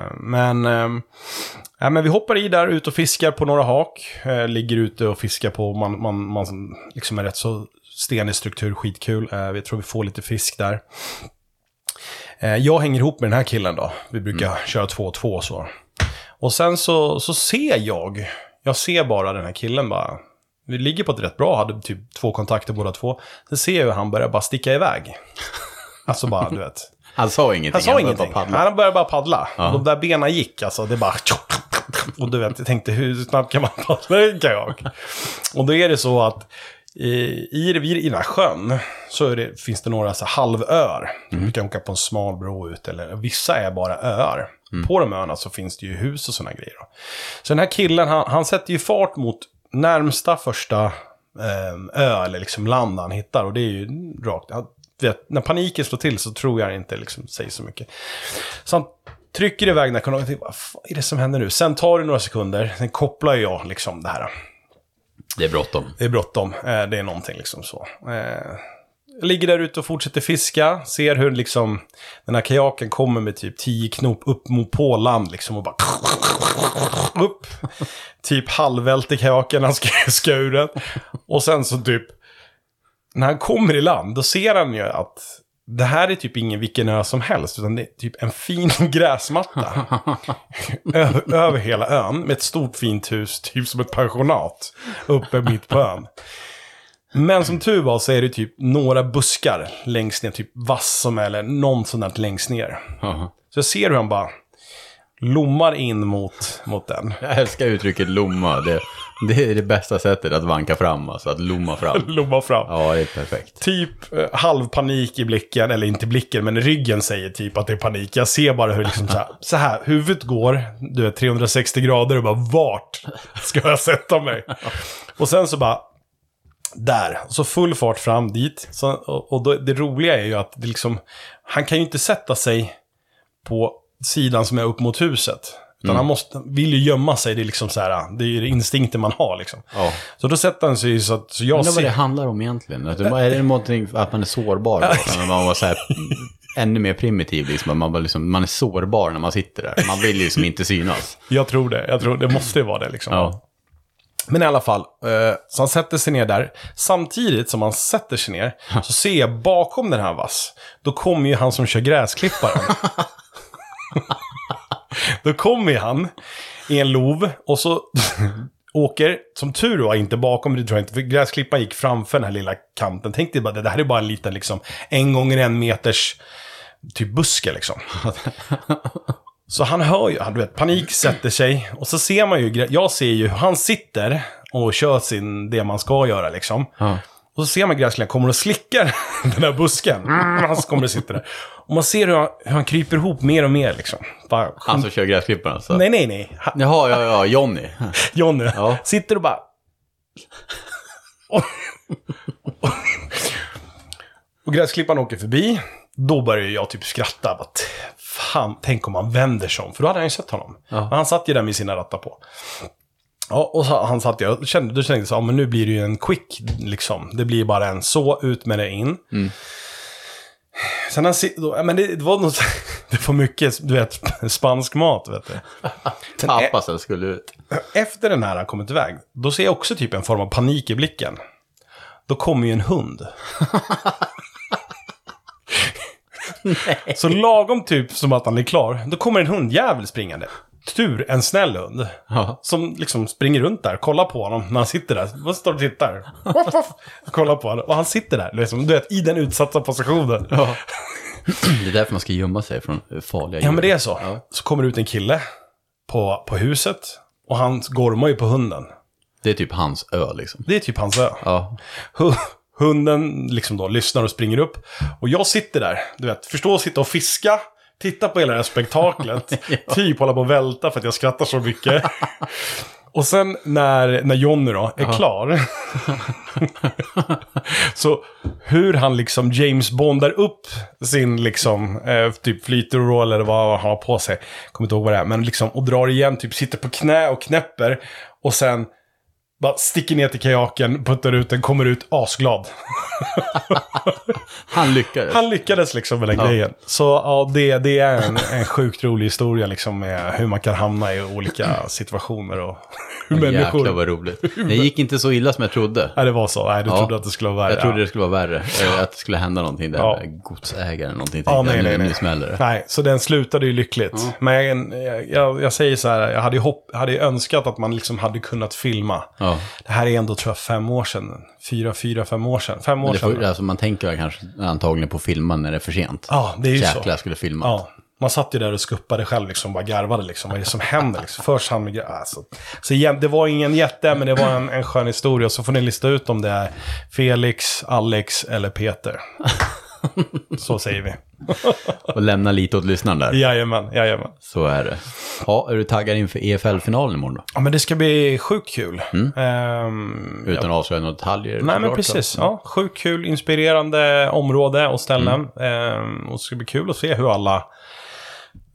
Men vi hoppar i där, ut och fiskar på några hak. Ligger ute och fiskar på... Man liksom är rätt så... stenig struktur, skitkul. Vi tror vi får lite fisk där. Jag hänger ihop med den här killen då. Vi brukar köra 2-2 så. Och sen så ser jag ser bara den här killen bara. Vi ligger på ett rätt bra, hade typ 2 kontakter båda 2. Sen ser jag hur han börjar bara sticka iväg. Alltså bara, du vet. Han sa ingenting. Han började bara paddla. Ja. Och de där benen gick, alltså det bara... Och du vet, jag tänkte hur snabbt kan man paddla en kajak? Och då är det så att i den här sjön så finns det några så halvöar. Du kan åka på en smal bro ut, eller vissa är bara öar. På de öarna så finns det ju hus och såna grejer då. Så den här killen, han sätter ju fart mot närmsta första ö eller liksom land han hittar, och det är ju rakt. När paniken slår till så tror jag inte liksom säger så mycket. Så han Trycker iväg den här kanonen. Vad fan är det som händer nu? Sen tar det några sekunder. Sen kopplar jag liksom det här. Det är bråttom. Det är bråttom. Det är någonting liksom så. Jag ligger där ute och fortsätter fiska. Ser hur liksom den här kajaken kommer med typ 10 knop upp mot på land liksom. Och bara upp. Typ halvvält i kajaken. Han ska ur den. Och sen så typ när han kommer i land, då ser han ju att det här är typ ingen vilken ö som helst, utan det är typ en fin gräsmatta över hela ön med ett stort fint hus, typ som ett pensionat uppe mitt på ön. Men som tur var så är det typ några buskar längst ner, typ vass eller någon sån där längst ner. Så jag ser hur han bara lommar in mot den. Jag älskar uttrycket lomma. Det är det bästa sättet att vanka fram, alltså att lomma fram. Lomma fram. Ja, det är perfekt. Typ halv panik i blicken, eller inte blicken, men ryggen säger typ att det är panik. Jag ser bara hur liksom så här huvudet går, du är 360 grader och bara vart ska jag sätta mig? Och sen så bara där, så full fart fram dit. Så, och då, det roliga är ju att det liksom, han kan ju inte sätta sig på sidan som är upp mot huset. Utan han vill ju gömma sig, det är liksom så här, det är ju instinkten man har liksom. Ja. Så då sätter han sig så att så jag ser... vad det handlar om egentligen? Är det någonting att man är sårbar? Då? Man var så här ännu mer primitiv liksom. Man är sårbar när man sitter där. Man vill liksom inte synas. Jag tror det måste ju vara det liksom. Ja. Men i alla fall, så han sätter sig ner där. Samtidigt som han sätter sig ner så ser jag bakom den här vass, då kommer ju han som kör gräsklipparen. Då kommer han i en lov och så åker, som tur var inte bakom, det tror jag inte, för gräsklippan gick framför den här lilla kanten. Tänkte bara, det här är bara en liten liksom 1x1 meters typ buske liksom. Så han hör ju, du vet, panik sätter sig och så ser man ju, jag ser ju hur han sitter och kör det man ska göra liksom. Och så ser man gräsklipparen kommer och slickar den här busken. Han kommer och sitter där. Och man ser hur han kryper ihop mer och mer liksom. Bara, han som kör gräsklipparen alltså? Nej. Jaha, Johnny. Johnny, ja. Sitter och bara... och gräsklipparen åker förbi. Då börjar jag typ skratta. Bara, fan, tänk om han vänder sig om. För då hade han ju sett honom. Ja. Men han satt ju där med sina rattar på. Ja, och så han satt jag kände så, ja, men nu blir det ju en quick liksom. Det blir bara en så ut med det in. Sen men det var något, det var mycket, du vet, spansk mat, vet du. Tapasen skulle ut. Efter den här har kommit iväg, då ser jag också typ en form av panik i blicken. Då kommer ju en hund. Nej. Så lagom typ som att han är klar, då kommer en hundjävel springande. En snäll hund. Som liksom springer runt där, kollar på honom när han sitter där. Vad står och tittar? Kollar på honom. Och han sitter där, liksom, du vet, i den utsatta positionen. Ja. Det är därför man ska gömma sig från farliga djur. Ja, men det är så. Ja. Så kommer ut en kille på huset. Och han gormar ju på hunden. Det är typ hans ö liksom. Det är typ hans ö. Ja. Hunden liksom då lyssnar och springer upp. Och jag sitter där, du vet, förstå att sitta och fiska. Titta på hela det här spektaklet. Ja. Typ hålla på att välta för att jag skrattar så mycket. Och sen när Johnny då är klar. Så hur han liksom James Bondar upp sin liksom typ flytoroll eller vad han har på sig. Kommer inte ihåg vad det är. Men liksom och drar igen, typ sitter på knä och knäpper. Och sen bara sticker ner till kajaken, puttar ut den, kommer ut asglad. Han lyckades liksom med den grejen. Så ja, det är en sjukt rolig historia liksom med hur man kan hamna i olika situationer och hur människor... Jäklar vad roligt. Det gick inte så illa som jag trodde. Nej, det var så. Nej, du trodde att det skulle vara värre. Jag trodde det skulle vara värre. Att det skulle hända någonting där med godsägaren. Någonting. Ja, nej. Nej, så den slutade ju lyckligt. Men jag säger så här, jag hade ju önskat att man liksom hade kunnat filma. Ja. Det här är ändå, tror jag, 5 år sedan. 4-5 år sedan. 5 år sedan. Alltså, man tänker kanske antagligen på filmen när det är för sent. Ja, det är ju Jäklar, så. Jag skulle filma. Ja. Man satt ju där och skuppade själv liksom, bara garvade liksom. Vad är det som händer liksom? Först han med alltså. Så igen, det var ingen jätte, men det var en skön historia. Så får ni lista ut om det är Felix, Alex eller Peter. Så säger vi. Och lämna lite åt lyssnaren där. Jajamän. Så är det. Ja, är du taggad inför EFL-finalen imorgon då? Ja, men det ska bli sjukt kul. Utan att avslöja några detaljer. Nej, men precis. Ja, sjukt kul, inspirerande område och ställen. Och det ska bli kul att se hur alla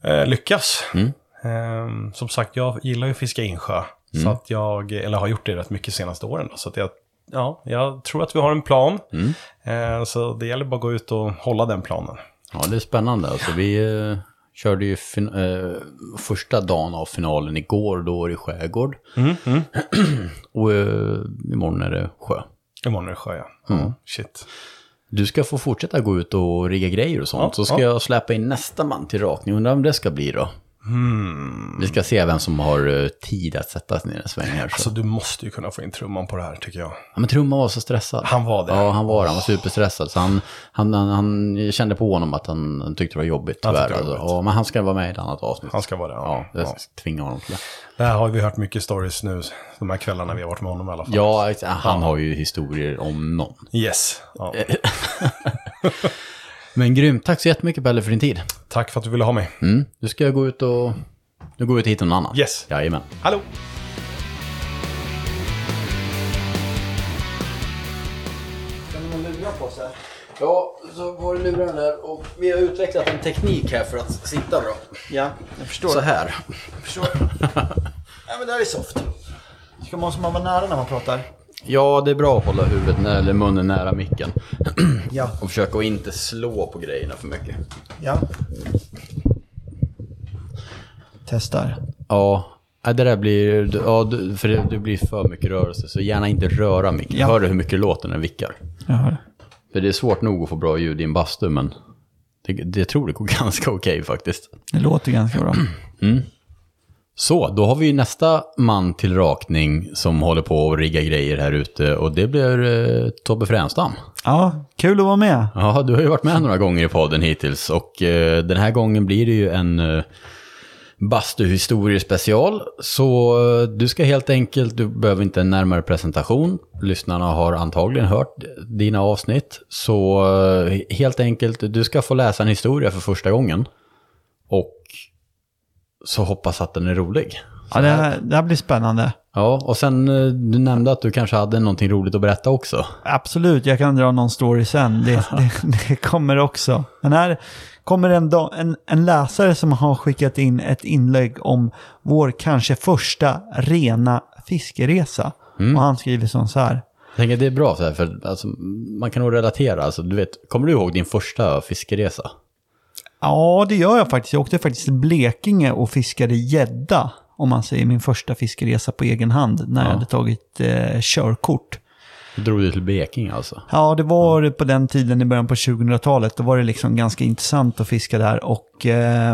lyckas. Som sagt, jag gillar ju att fiska insjö. Så att eller har gjort det rätt mycket senaste åren. Då, så att jag tror att vi har en plan. Så det gäller bara att gå ut och hålla den planen. Ja, det är spännande. Alltså, vi körde ju första dagen av finalen igår, då i skärgård. Och imorgon är det sjö. Imorgon är det sjö, shit. Du ska få fortsätta gå ut och rigga grejer och sånt. Så ska jag släppa in nästa man till rakning. Undrar om det ska bli då. Vi ska se vem som har tid att sätta sig ner en sväng här. Alltså du måste ju kunna få in Trumman på det här, tycker jag. Ja, men Trumman var så stressad. Han var det? Ja, han var superstressad. Så han kände på honom att han tyckte det var jobbigt. Tyvärr. Ja, men han ska vara med i ett annat avsnitt. Han ska vara det, ja. Jag ska tvinga honom till det. Det här har vi hört mycket stories nu, de här kvällarna vi har varit med honom i alla fall. Ja, han har ju historier om någon. Yes. Ja. Men grymt, tack så jättemycket Pelle för din tid. Tack för att du ville ha mig. Du ska gå ut och hitta någon annan. Yes. Jajamän. Hallå. Kan man lura på sig? Ja, så var det luren där och vi har utvecklat en teknik här för att sitta bra. Ja, jag förstår. Så här. Jag förstår. Ja, men det här är soft. Måste man vara nära när man pratar? Ja, det är bra att hålla huvudet eller munnen nära micken. Ja. Och försöka att inte slå på grejerna för mycket. Ja. Testar. Ja, det där blir... Ja, för det blir för mycket rörelse. Så gärna inte röra micken. Ja. Hör du hur mycket det låter när det vickar? Jag hör. För det är svårt nog att få bra ljud i en bastu, men det tror det går ganska okej faktiskt. Det låter ganska bra. Så, då har vi nästa man till rakning som håller på att rigga grejer här ute. Och det blir Tobbe Fränstam. Ja, kul att vara med. Ja, du har ju varit med några gånger i podden hittills. Och den här gången blir det ju en bastuhistoriespecial. Så du ska helt enkelt, du behöver inte en närmare presentation. Lyssnarna har antagligen hört dina avsnitt. Så helt enkelt, du ska få läsa en historia för första gången. Och så hoppas att den är rolig. Ja, det här blir spännande. Ja, och sen du nämnde att du kanske hade någonting roligt att berätta också. Absolut, jag kan dra någon story sen. Det kommer också. Men här kommer en läsare som har skickat in ett inlägg om vår kanske första rena fiskeresa. Och han skriver så här. Jag tänker att det är bra så här, för alltså, man kan nog relatera. Alltså, du vet, kommer du ihåg din första fiskeresa? Ja, det gör jag faktiskt. Jag åkte faktiskt till Blekinge och fiskade gädda, om man säger min första fiskeresa på egen hand, när jag hade tagit körkort. Drog du till Blekinge alltså? Ja, det var på den tiden i början på 2000-talet. Då var det liksom ganska intressant att fiska där. Och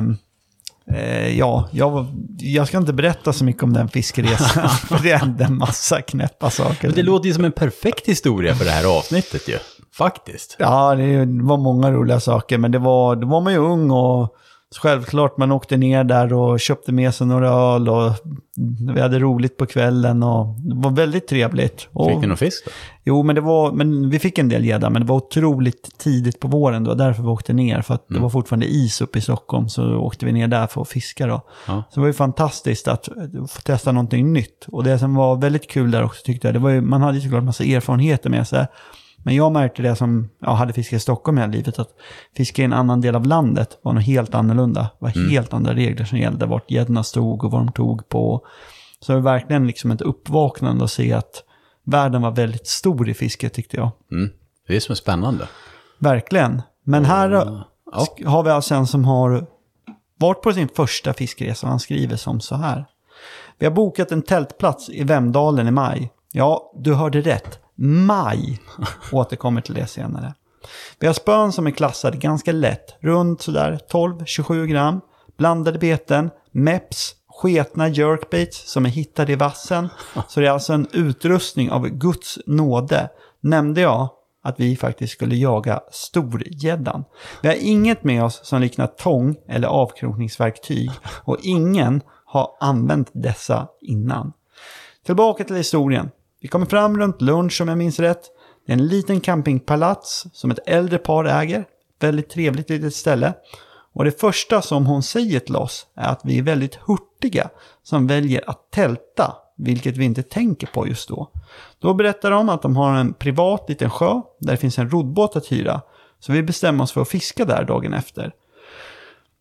jag ska inte berätta så mycket om den fiskeresan. För det hände en massa knäppa saker. Men det låter ju som en perfekt historia för det här avsnittet ju. Faktiskt. Ja, det var många roliga saker. Men då var man ju ung och självklart man åkte ner där och köpte med sig några öl och vi hade roligt på kvällen och det var väldigt trevligt. Fick ni någon fisk då? Jo, men vi fick en del gädda, men det var otroligt tidigt på våren då, därför vi åkte ner, för att det var fortfarande is uppe i Stockholm, så åkte vi ner där för att fiska då. Ja. Så det var ju fantastiskt att få testa någonting nytt. Och det som var väldigt kul där också tyckte jag, det var ju, man hade ju såklart en massa erfarenheter med sig. Men jag märkte det som jag hade fiskat i Stockholm hela livet, att fiska i en annan del av landet var något helt annorlunda. Det var helt andra regler som gällde, vart gäddorna stod och vad de tog på. Så det var verkligen liksom ett uppvaknande att se att världen var väldigt stor i fisket, tyckte jag. Det är som är spännande. Verkligen. Men här har vi alltså en som har varit på sin första fiskresa, och han skriver som så här. Vi har bokat en tältplats i Vemdalen i maj. Ja, du hörde rätt. Maj. Återkommer till det senare. Vi har spön som är klassade ganska lätt. Runt sådär 12-27 gram. Blandade beten. Meps. Sketna jerkbaits som är hittade i vassen. Så det är alltså en utrustning av Guds nåde. Nämnde jag att vi faktiskt skulle jaga storgäddan. Vi har inget med oss som liknar tång eller avkrokningsverktyg. Och ingen har använt dessa innan. Tillbaka till historien. Vi kommer fram runt lunch, om jag minns rätt. Det är en liten campingpalats som ett äldre par äger. Väldigt trevligt litet ställe. Och det första som hon säger till oss är att vi är väldigt hurtiga som väljer att tälta, vilket vi inte tänker på just då. Då berättar de att de har en privat liten sjö där det finns en roddbåt att hyra. Så vi bestämmer oss för att fiska där dagen efter.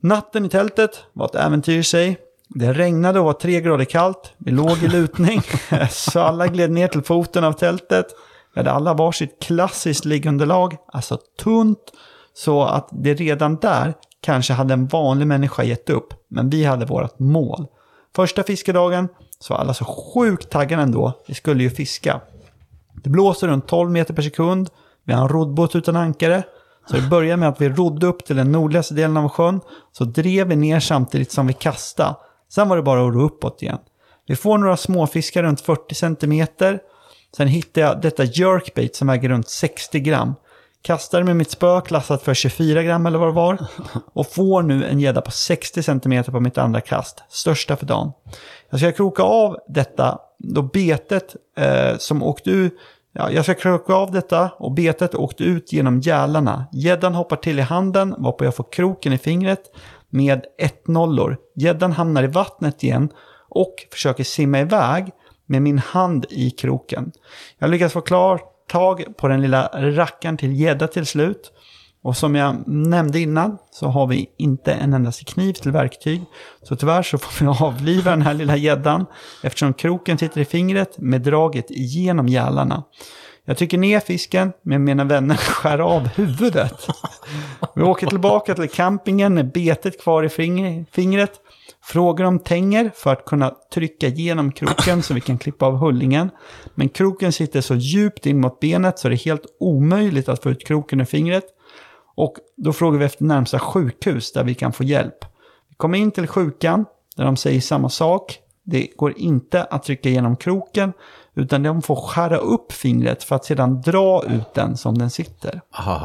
Natten i tältet var ett äventyr i sig. Det regnade och var 3 grader kallt. Vi låg i lutning. Så alla gled ner till foten av tältet. Vi hade alla varsitt klassiskt liggunderlag. Alltså tunt. Så att det redan där kanske hade en vanlig människa gett upp. Men vi hade vårt mål. Första fiskedagen så var alla så sjukt taggade ändå. Vi skulle ju fiska. Det blåser runt 12 meter per sekund. Vi har en roddbåt utan ankare. Så det började med att vi rodde upp till den nordligaste delen av sjön. Så drev vi ner samtidigt som vi kastade. Sen var det bara att ro uppåt igen. Vi får några småfiskar runt 40 centimeter. Sen hittade jag detta jerkbait som väger runt 60 gram. Kastar med mitt spö klassat för 24 gram eller vad det var. Och får nu en gädda på 60 centimeter på mitt andra kast. Största för dagen. Jag ska kroka av detta då betet som åkte ut. Ja, jag ska kroka av detta och betet åkte ut genom gälarna. Gäddan hoppar till i handen varpå jag får kroken i fingret med 1-0. Gäddan hamnar i vattnet igen och försöker simma iväg med min hand i kroken. Jag lyckas få klart tag på den lilla rackaren till gädda till slut. Och som jag nämnde innan så har vi inte en enda kniv till verktyg. Så tyvärr så får vi avliva den här lilla gäddan eftersom kroken sitter i fingret med draget igenom gälarna. Jag tycker ner fisken med mina vänner skär av huvudet. Vi åker tillbaka till campingen med betet kvar i fingret. Frågar om tänger för att kunna trycka igenom kroken så vi kan klippa av hullingen. Men kroken sitter så djupt in mot benet så det är helt omöjligt att få ut kroken ur fingret. Och då frågar vi efter närmsta sjukhus där vi kan få hjälp. Vi kommer in till sjukan där de säger samma sak. Det går inte att trycka igenom kroken utan de får skära upp fingret för att sedan dra ut den som den sitter.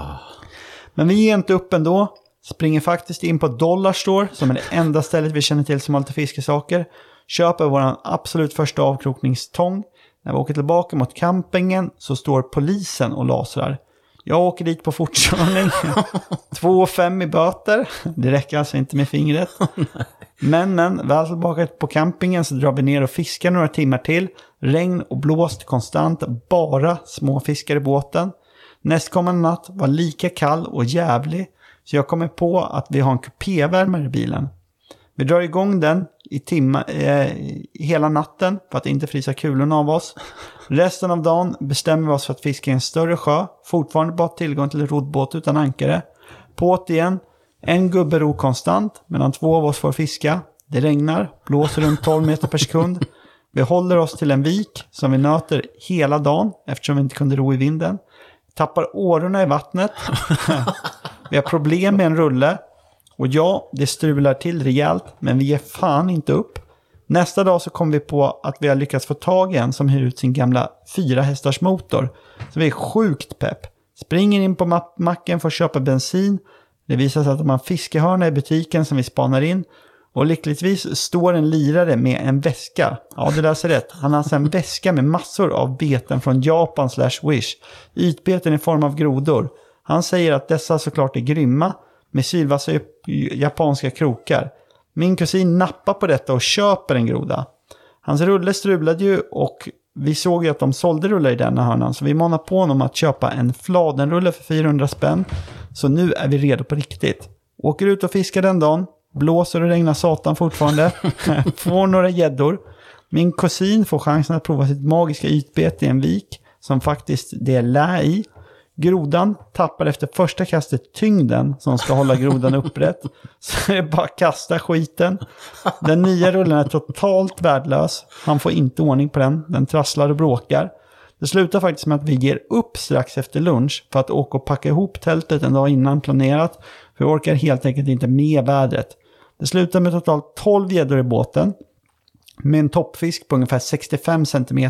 Men vi ger inte upp ändå. Springer faktiskt in på Dollarstore som är det enda stället vi känner till som har lite fiskesaker. Köper vår absolut första avkrokningstång. När vi åker tillbaka mot campingen så står polisen och lasrar. Jag åker dit på fortkörning. 2,5 i böter. Det räcker alltså inte med fingret. Men väl tillbaka på campingen så drar vi ner och fiskar några timmar till. Regn och blåst konstant. Bara små fiskar i båten. Nästkommande natt var lika kall och jävlig. Så jag kommer på att vi har en kupévärmare i bilen. Vi drar igång den hela natten för att inte frysa kulorna av oss. Resten av dagen bestämmer vi oss för att fiska i en större sjö. Fortfarande bara tillgång till en roddbåt utan ankare. Påt igen. En gubbe ror konstant medan 2 av oss får fiska. Det regnar, blåser runt 12 meter per sekund. Vi håller oss till en vik som vi nöter hela dagen eftersom vi inte kunde ro i vinden. Tappar årorna i vattnet. Vi har problem med en rulle. Och ja, det strular till rejält, men vi ger fan inte upp. Nästa dag så kom vi på att vi har lyckats få tag i en som hyr ut sin gamla 4-hästars motor. Så vi är sjukt pepp. Springer in på macken för att köpa bensin. Det visar sig att de har en fiskehörna i butiken som vi spanar in. Och lyckligtvis står en lirare med en väska. Ja, det läser rätt. Han har alltså en väska med massor av beten från Japan /Wish. Ytbeten i form av grodor. Han säger att dessa såklart är grymma. Med sylvassa japanska krokar. Min kusin nappar på detta och köper en groda. Hans rulle strulade ju och vi såg ju att de sålde rullar i denna hörnan. Så vi manade på honom att köpa en fladenrulle för 400 spänn. Så nu är vi redo på riktigt. Åker ut och fiskar den dagen. Blåser och regnar satan fortfarande. Får några gäddor. Min kusin får chansen att prova sitt magiska ytbete i en vik. Som faktiskt det är lä i. Grodan tappar efter första kastet tyngden som ska hålla grodan upprätt. Så det är bara att kasta skiten. Den nya rullen är totalt värdelös. Han får inte ordning på den. Den trasslar och bråkar. Det slutar faktiskt med att vi ger upp strax efter lunch för att åka och packa ihop tältet en dag innan planerat. För vi orkar helt enkelt inte med vädret. Det slutar med totalt 12 gäddor i båten. Med en toppfisk på ungefär 65 cm.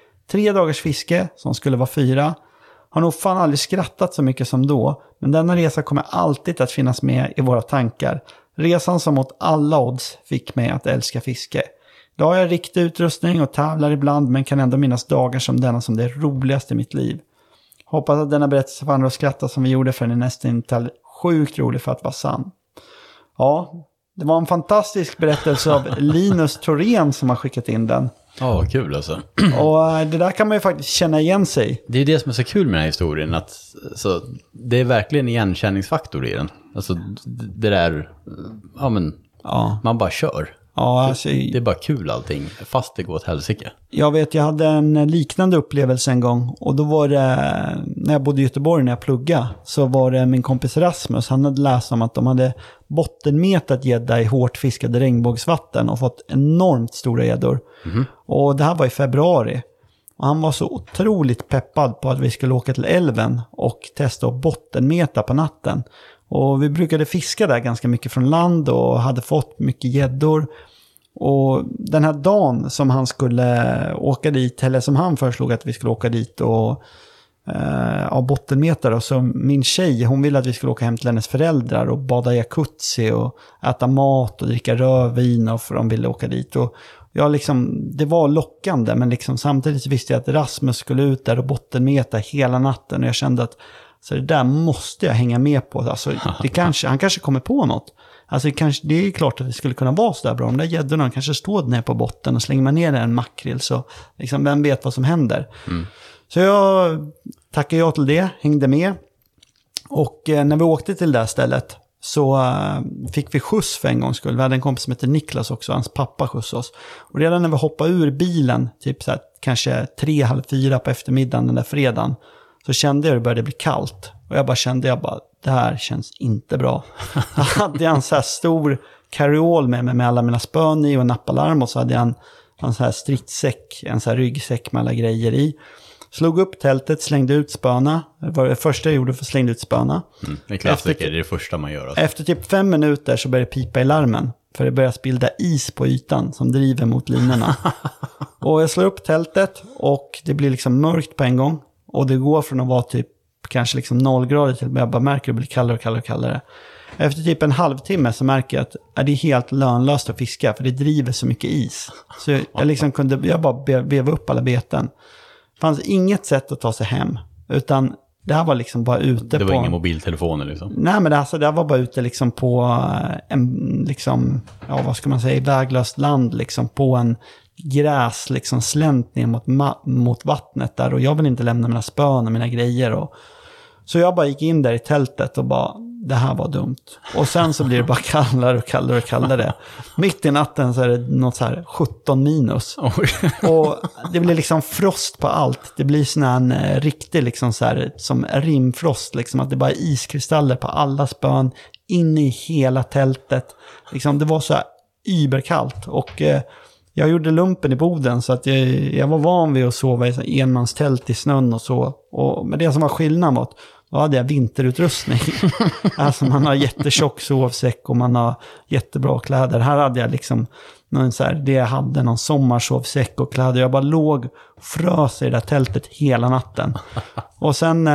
3 dagars fiske som skulle vara 4. Har nog fan aldrig skrattat så mycket som då. Men denna resa kommer alltid att finnas med i våra tankar. Resan som mot alla odds fick mig att älska fiske. Idag har jag riktig utrustning och tävlar ibland. Men kan ändå minnas dagar som denna som det roligaste i mitt liv. Hoppas att denna berättelse för andra att skratta som vi gjorde för den är nästan sjukt rolig för att vara sann. Ja, det var en fantastisk berättelse av Linus Thorén som har skickat in den. Ja, kul alltså. Och det där kan man ju faktiskt känna igen sig. Det är det som är så kul med den här historien. Att, så, det är verkligen igenkänningsfaktor i den. Alltså det där, ja men, man bara kör. Ja, alltså, det är bara kul allting, fast det går åt helsike. Jag vet, jag hade en liknande upplevelse en gång. Och då var det, när jag bodde i Göteborg när jag pluggade, så var det min kompis Rasmus. Han hade läst om att de hade bottenmetat gädda i hårt fiskade regnbågsvatten och fått enormt stora gäddor. Och det här var i februari. Och han var så otroligt peppad på att vi skulle åka till älven och testa att bottenmeta på natten. Och vi brukade fiska där ganska mycket från land och hade fått mycket gäddor. Och den här dagen som han skulle åka dit, eller som han föreslog att vi skulle åka dit och bottenmeta då, så min tjej, hon ville att vi skulle åka hem till hennes föräldrar och bada jacuzzi och äta mat och dricka rödvin, och för de ville åka dit. Och jag liksom, det var lockande, men liksom samtidigt visste jag att Rasmus skulle ut där och bottenmeta hela natten, och jag kände att så det där måste jag hänga med på. Alltså, han kanske kommer på något. Alltså, det är klart att det skulle kunna vara så där bra. De där gäddorna kanske står ner på botten och slänger man ner en makrill, så liksom, vem vet vad som händer. Så jag tackade ja till det, hängde med. Och när vi åkte till det där stället så fick vi skjuts för en gångs skull. Vi hade en kompis som heter Niklas också, hans pappa skjutsade oss. Och redan när vi hoppade ur bilen, typ så här, kanske 3:30 på eftermiddagen den där fredagen, så kände jag att det började bli kallt. Och jag bara, det här känns inte bra. Jag hade en så här stor carryall med alla mina spön i och en nappalarm. Och så hade jag en så här stridssäck, en så här ryggsäck med alla grejer i. Slog upp tältet, slängde ut spöna. Det var det första jag gjorde för att slänga ut spöna. En klassiker, det är det första man gör. Alltså. Efter typ 5 minuter så började det pipa i larmen. För det börjar spilda is på ytan som driver mot linorna. Och jag slår upp tältet och det blir liksom mörkt på en gång. Och det går från att vara typ kanske liksom 0 grader till att jag bara märker att det blir kallare och kallare och kallare. Efter typ en halvtimme så märker jag att det är helt lönlöst att fiska, för det driver så mycket is. Så jag bara veva upp alla beten. Det fanns inget sätt att ta sig hem, utan det här var liksom bara ute på... Det var inga mobiltelefoner liksom? Nej, men det här var bara ute liksom på en, liksom, ja vad ska man säga, väglöst land liksom, på en gräs liksom slänt ner mot vattnet där, och jag vill inte lämna mina spön och mina grejer, så jag bara gick in där i tältet och bara, det här var dumt. Och sen så blir det bara kallare och kallare och kallare. Mitt i natten så är det något så här 17 minus. Och det blir liksom frost på allt. Det blir sån här riktig liksom så här, som rimfrost liksom, att det bara är iskristaller på alla spön in i hela tältet. Liksom, det var så här überkallt, och jag gjorde lumpen i Boden, så att jag var van vid att sova i enmanstält i snön och så. Men det som var skillnad var, då hade jag vinterutrustning. Alltså man har jättetjock sovsäck och man har jättebra kläder. Här hade jag liksom någon sommarsovsäck och kläder. Jag bara låg och frös i det där tältet hela natten. Och sen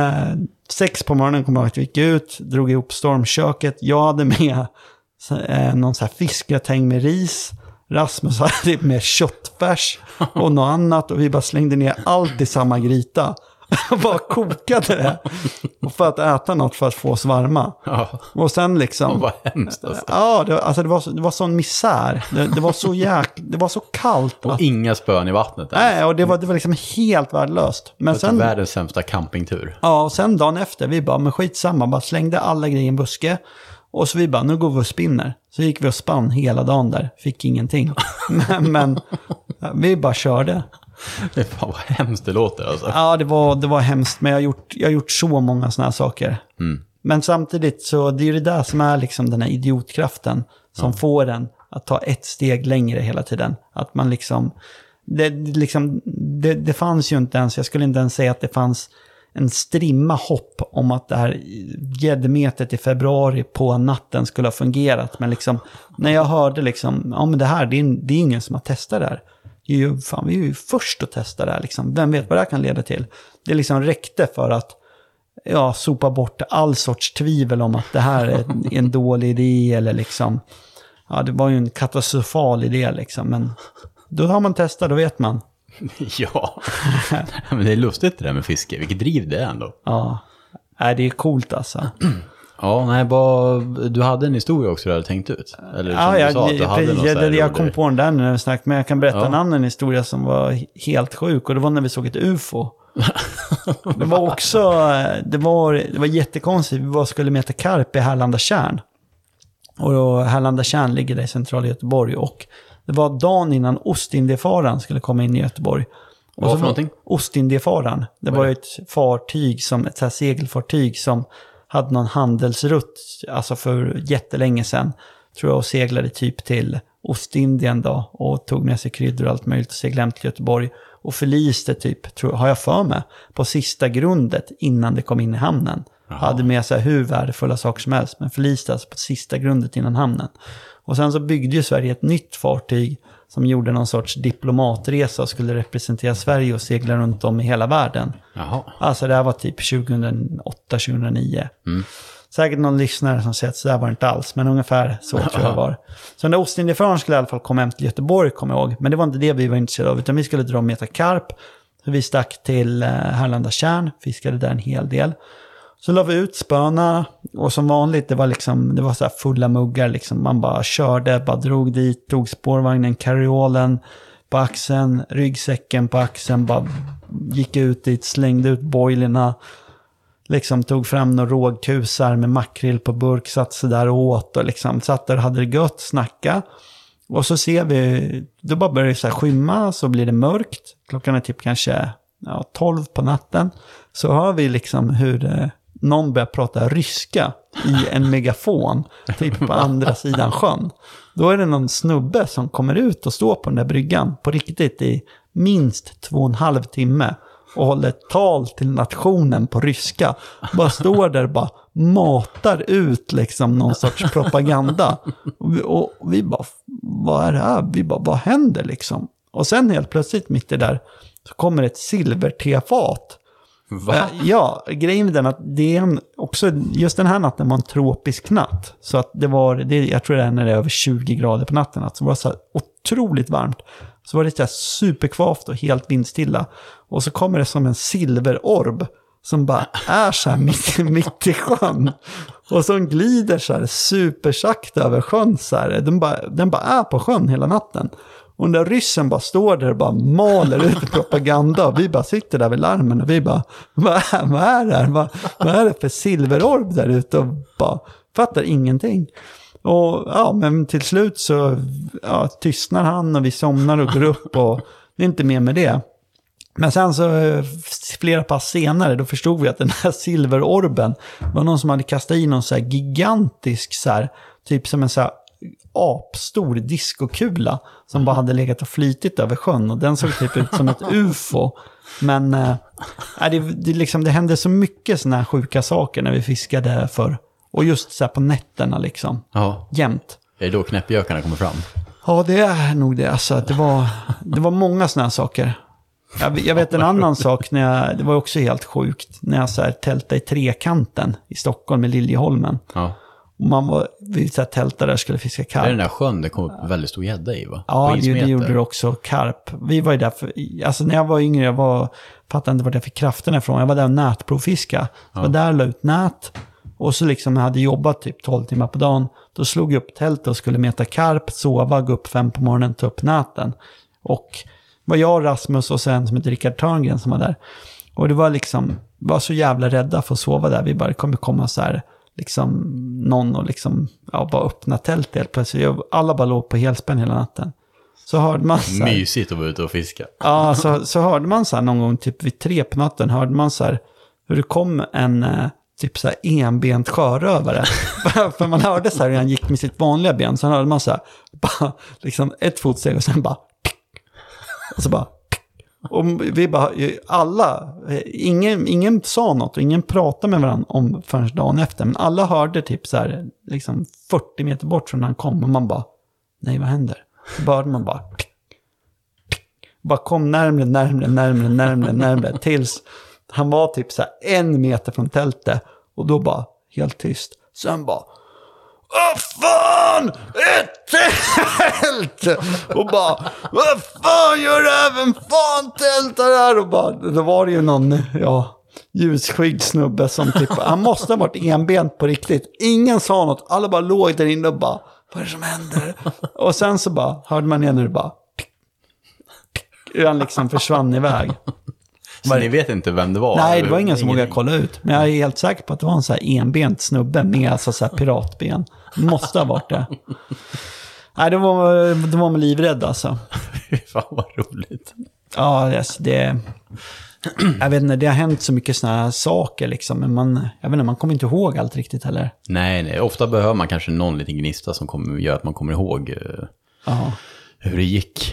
6 på morgonen kom jag att vi gick ut, drog ihop stormköket. Jag hade med någon så här fiskgratäng med ris. Rasmus hade med köttfärs och något annat, och vi bara slängde ner allt i samma gryta. Bara kokade det. Och för att äta något för att få oss varma. Ja. Och sen liksom... Det var hemskt alltså. Ja, det var sån misär. Det var så det var så kallt. Och inga spön i vattnet. Nej, och det var liksom helt värdelöst. Men sen, världens sämsta campingtur. Ja, och sen dagen efter, vi bara, men skitsamma, bara slängde alla grejer i en buske. Och så vi bara, nu går vi och spinner. Så gick vi och spann hela dagen där. Fick ingenting. men vi bara körde. Det fan vad hemskt det låter alltså. Ja, det var hemskt. Men jag har gjort så många såna här saker. Men samtidigt så det är det där som är liksom den här idiotkraften som får en att ta ett steg längre hela tiden. Att man liksom det fanns ju inte ens, jag skulle inte ens säga att det fanns en strimma hopp om att det här gäddmetet i februari på natten skulle ha fungerat. Men liksom, när jag hörde liksom, ja men det är ingen som har testat det här. Vi är ju först att testa det här liksom. Vem vet vad det här kan leda till? Det liksom räckte för att sopa bort all sorts tvivel om att det här är en dålig idé, eller liksom, ja det var ju en katastrofal idé liksom. Men då har man testat, då vet man. Ja, men det är lustigt det där med fiske. Vilket driv det är ändå. Ja, det är coolt alltså. Ja, nej, du hade en historia också du hade tänkt ut. Eller jag kom på den där när vi snackade, men jag kan berätta en annan historia som var helt sjuk. Och det var när vi såg ett UFO. Det var också, det var jättekonstigt. Vi skulle mäta karp i Härlanda tjärn. Och då, Härlanda tjärn ligger där i centrala Göteborg. Och det var dagen innan Ostindiefararen skulle komma in i Göteborg. Och Vad för någonting? Ostindiefararen. Det var ju ett fartyg, ett så här segelfartyg som hade någon handelsrutt, alltså för jättelänge sedan, tror jag, och seglade typ till Ostindien då, och tog med sig kryddor och allt möjligt och seglade hem till Göteborg och förliste typ, har jag för mig, på sista grundet innan det kom in i hamnen. Jaha. Hade med sig hur värdefulla saker som helst, men förliste alltså på sista grundet innan hamnen. Och sen så byggde ju Sverige ett nytt fartyg som gjorde någon sorts diplomatresa och skulle representera Sverige och segla runt om i hela världen. Jaha. Alltså det här var typ 2008-2009. Säkert någon lyssnare som säger att så där var det inte alls, men ungefär så tror jag var. Så den där Ostindiefararen skulle i alla fall komma hem till Göteborg, kommer jag ihåg. Men det var inte det vi var intresserade av, utan vi skulle dra och meta karp. Så vi stack till Härlanda tjärn, fiskade där en hel del. Så la vi ut spöna, och som vanligt, det var så här fulla muggar liksom. Man bara körde, bara drog dit, tog spårvagnen, karriolen på axeln, ryggsäcken på axeln, bara gick ut dit, slängde ut boilerna, liksom tog fram några rågkusar med makrill på burk, satt sig där och åt och liksom satt där och hade det gött, snacka. Och så ser vi, då bara börjar det så här skymma, så blir det mörkt. Klockan är typ kanske 12 på natten. Så hör vi liksom hur någon börjar prata ryska i en megafon, typ på andra sidan sjön. Då är det någon snubbe som kommer ut och står på den där bryggan på riktigt i minst 2,5 timme och håller ett tal till nationen på ryska. Bara står där och bara matar ut liksom någon sorts propaganda. Och vi bara, vad är det här? Vi bara, vad händer liksom? Och sen helt plötsligt mitt i där så kommer ett silvertefat. Va? Ja, grejen med den att det är också, just den här natten var en tropisk natt. Så att jag tror det är när det är över 20 grader på natten. Att det var så här otroligt varmt. Så var det så här superkvavt och helt vindstilla. Och så kommer det som en silverorb som bara är så här mitt i sjön. Och så glider så här supersakta över sjön så här. Den bara är på sjön hela natten. Och den där ryssen bara står där och bara maler ut propaganda. Och vi bara sitter där vid larmen och vi bara, vad är det här? Vad är det för silverorb där ute? Och bara fattar ingenting. Och ja, men till slut så tystnar han och vi somnar och går upp och det är inte mer med det. Men sen så flera pass senare då förstod vi att den här silverorben var någon som hade kastat in någon så här gigantisk så här, typ som en så här apstor diskokula som bara hade legat och flytit över sjön och den såg typ ut som ett UFO. Men det hände så mycket såna här sjuka saker när vi fiskade för. Och just så här på nätterna liksom. Ja. Jämt. Är det då knäppjökarna kommer fram? Ja, det är nog det. Alltså, det var många såna här saker. Jag vet en annan sak. Det var också helt sjukt. När jag så här tältade i Trekanten i Stockholm med Liljeholmen. Ja. Och vi så här tältade där och skulle fiska karp. Det är den där sjön det kom upp väldigt stor gädda i, va? Ja, det gjorde det också. Karp. Vi var ju där alltså när jag var yngre, fattade inte vart jag fick kraften ifrån. Jag var där och nätprovfiska. Så var där och la ut nät. Och så liksom jag hade jobbat typ 12 timmar på dagen. Då slog jag upp tältet och skulle mäta karp, sova, gå upp 5 på morgonen, ta upp näten. Och var jag, Rasmus och sen som heter Rickard Törngren som var där. Och det var liksom, var så jävla rädda för att sova där. Vi bara kommer komma så här, liksom någon och liksom, bara öppna tältet helt plötsligt. Alla bara låg på helspänn hela natten. Så hörde man så här, mysigt att vara ute och fiska. Ja, så hörde man så här någon gång typ vid 3 på natten hörde man så här hur det kom en typ så här enbent sjörövare. För man hörde så här hur han gick med sitt vanliga ben. Så hörde man så här bara, liksom ett fotsteg och sen bara och så bara och vi bara, alla ingen sa något och ingen pratade med varandra om förrän dagen efter. Men alla hörde typ så här liksom 40 meter bort från när han kom. Och man bara, nej vad händer? Så började man bara kom närmare tills han var typ så här 1 meter från tältet. Och då bara helt tyst. Sen bara, vad fan! Ett tält! Och bara, vad fan gör det? Vem fan tältar här? Och bara, då var det ju någon ljusskygg snubbe som typ, han måste ha varit enbent på riktigt. Ingen sa något. Alla bara låg där inne och bara, vad är det som händer? Och sen så bara, hörde man igen hur det bara, han liksom försvann iväg. Så ni vet inte vem det var? Nej, det var ingen som vågade kolla ut. Men jag är helt säker på att det var en så här enbent snubbe med alltså så här piratben. Måste ha varit det. Nej, det var man livrädd alltså. Fan vad roligt. Ja, det... Jag vet inte, det har hänt så mycket såna här saker liksom. Men man kommer inte ihåg allt riktigt heller. Nej. Ofta behöver man kanske någon liten gnista som kommer göra att man kommer ihåg hur det gick.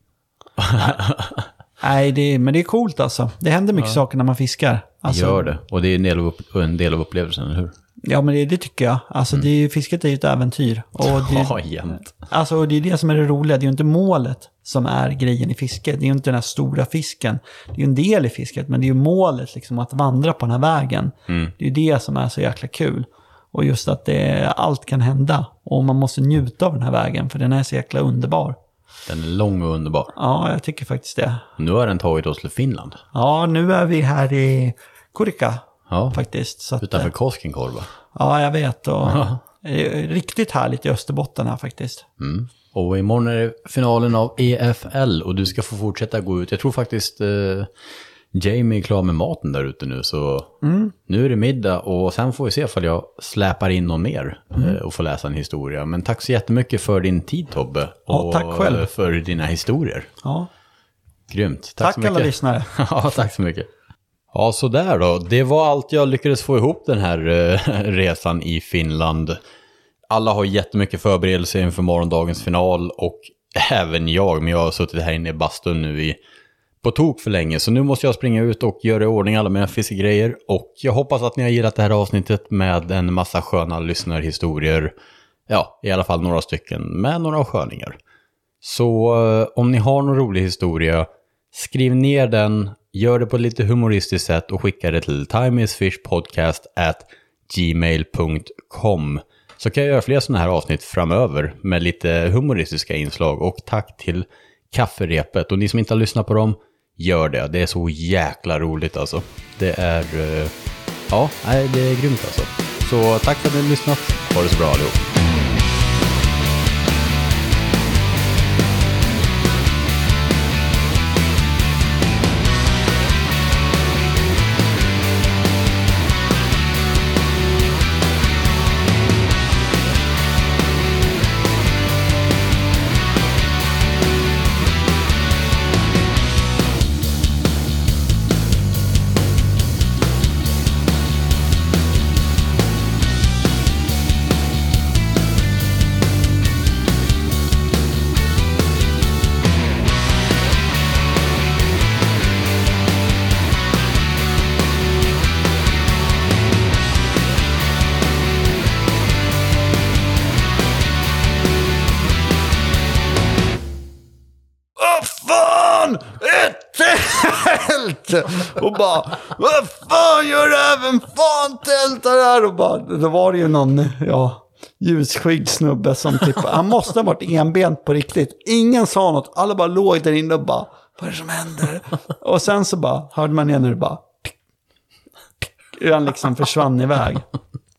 Nej, men det är coolt alltså. Det händer mycket saker när man fiskar. Alltså, Gör det. Och det är en del av upplevelsen, eller hur? Ja, men det tycker jag. Alltså, fisket är ju ett äventyr. Och jämt. Alltså, det är det som är det roliga. Det är ju inte målet som är grejen i fisket. Det är ju inte den här stora fisken. Det är ju en del i fisket, men det är ju målet liksom, att vandra på den här vägen. Det är ju det som är så jäkla kul. Och just att allt kan hända. Och man måste njuta av den här vägen, för den är så jäkla underbar. Den är lång och underbar. Ja, jag tycker faktiskt det. Nu har den tagit oss till Finland. Ja, nu är vi här i Kurika. Ja, faktiskt. Så att, utanför Koskenkorva. Ja, jag vet. Och riktigt härligt i Österbotten här faktiskt. Och imorgon är det finalen av EFL och du ska få fortsätta gå ut. Jag tror faktiskt Jamie är klar med maten där ute nu. Så nu är det middag och sen får vi se ifall jag släpar in någon mer och får läsa en historia. Men tack så jättemycket för din tid, Tobbe. Och tack själv. För dina historier. Ja. Grymt. Tack så mycket. alla lyssnare. Ja, tack så mycket. Ja, så där då. Det var allt jag lyckades få ihop den här resan i Finland. Alla har jättemycket förberedelse inför morgondagens final och även jag. Men jag har suttit här inne i bastun nu på tok för länge. Så nu måste jag springa ut och göra i ordning alla mina fiskegrejer. Och jag hoppas att ni har gillat det här avsnittet med en massa sköna lyssnarhistorier. Ja, i alla fall några stycken med några sköningar. Så om ni har någon rolig historia, skriv ner den. Gör det på ett lite humoristiskt sätt och skicka det till timeisfishpodcast@gmail.com. Så kan jag göra fler sådana här avsnitt framöver med lite humoristiska inslag. Och tack till Kafferepet. Och ni som inte har lyssnat på dem, gör det. Det är så jäkla roligt alltså. Det är, det är grymt alltså. Så tack för att ni har lyssnat. Ha det så bra allihop. Och bara, vad fan gör det här? Vem fan tältar här? Och bara, då var det ju någon, ljusskygg snubbe som typ, han måste ha varit enbent på riktigt. Ingen sa något, alla bara låg där inne och bara, vad är det som händer? Och sen så bara, hörde man igen hur det bara, han liksom försvann iväg.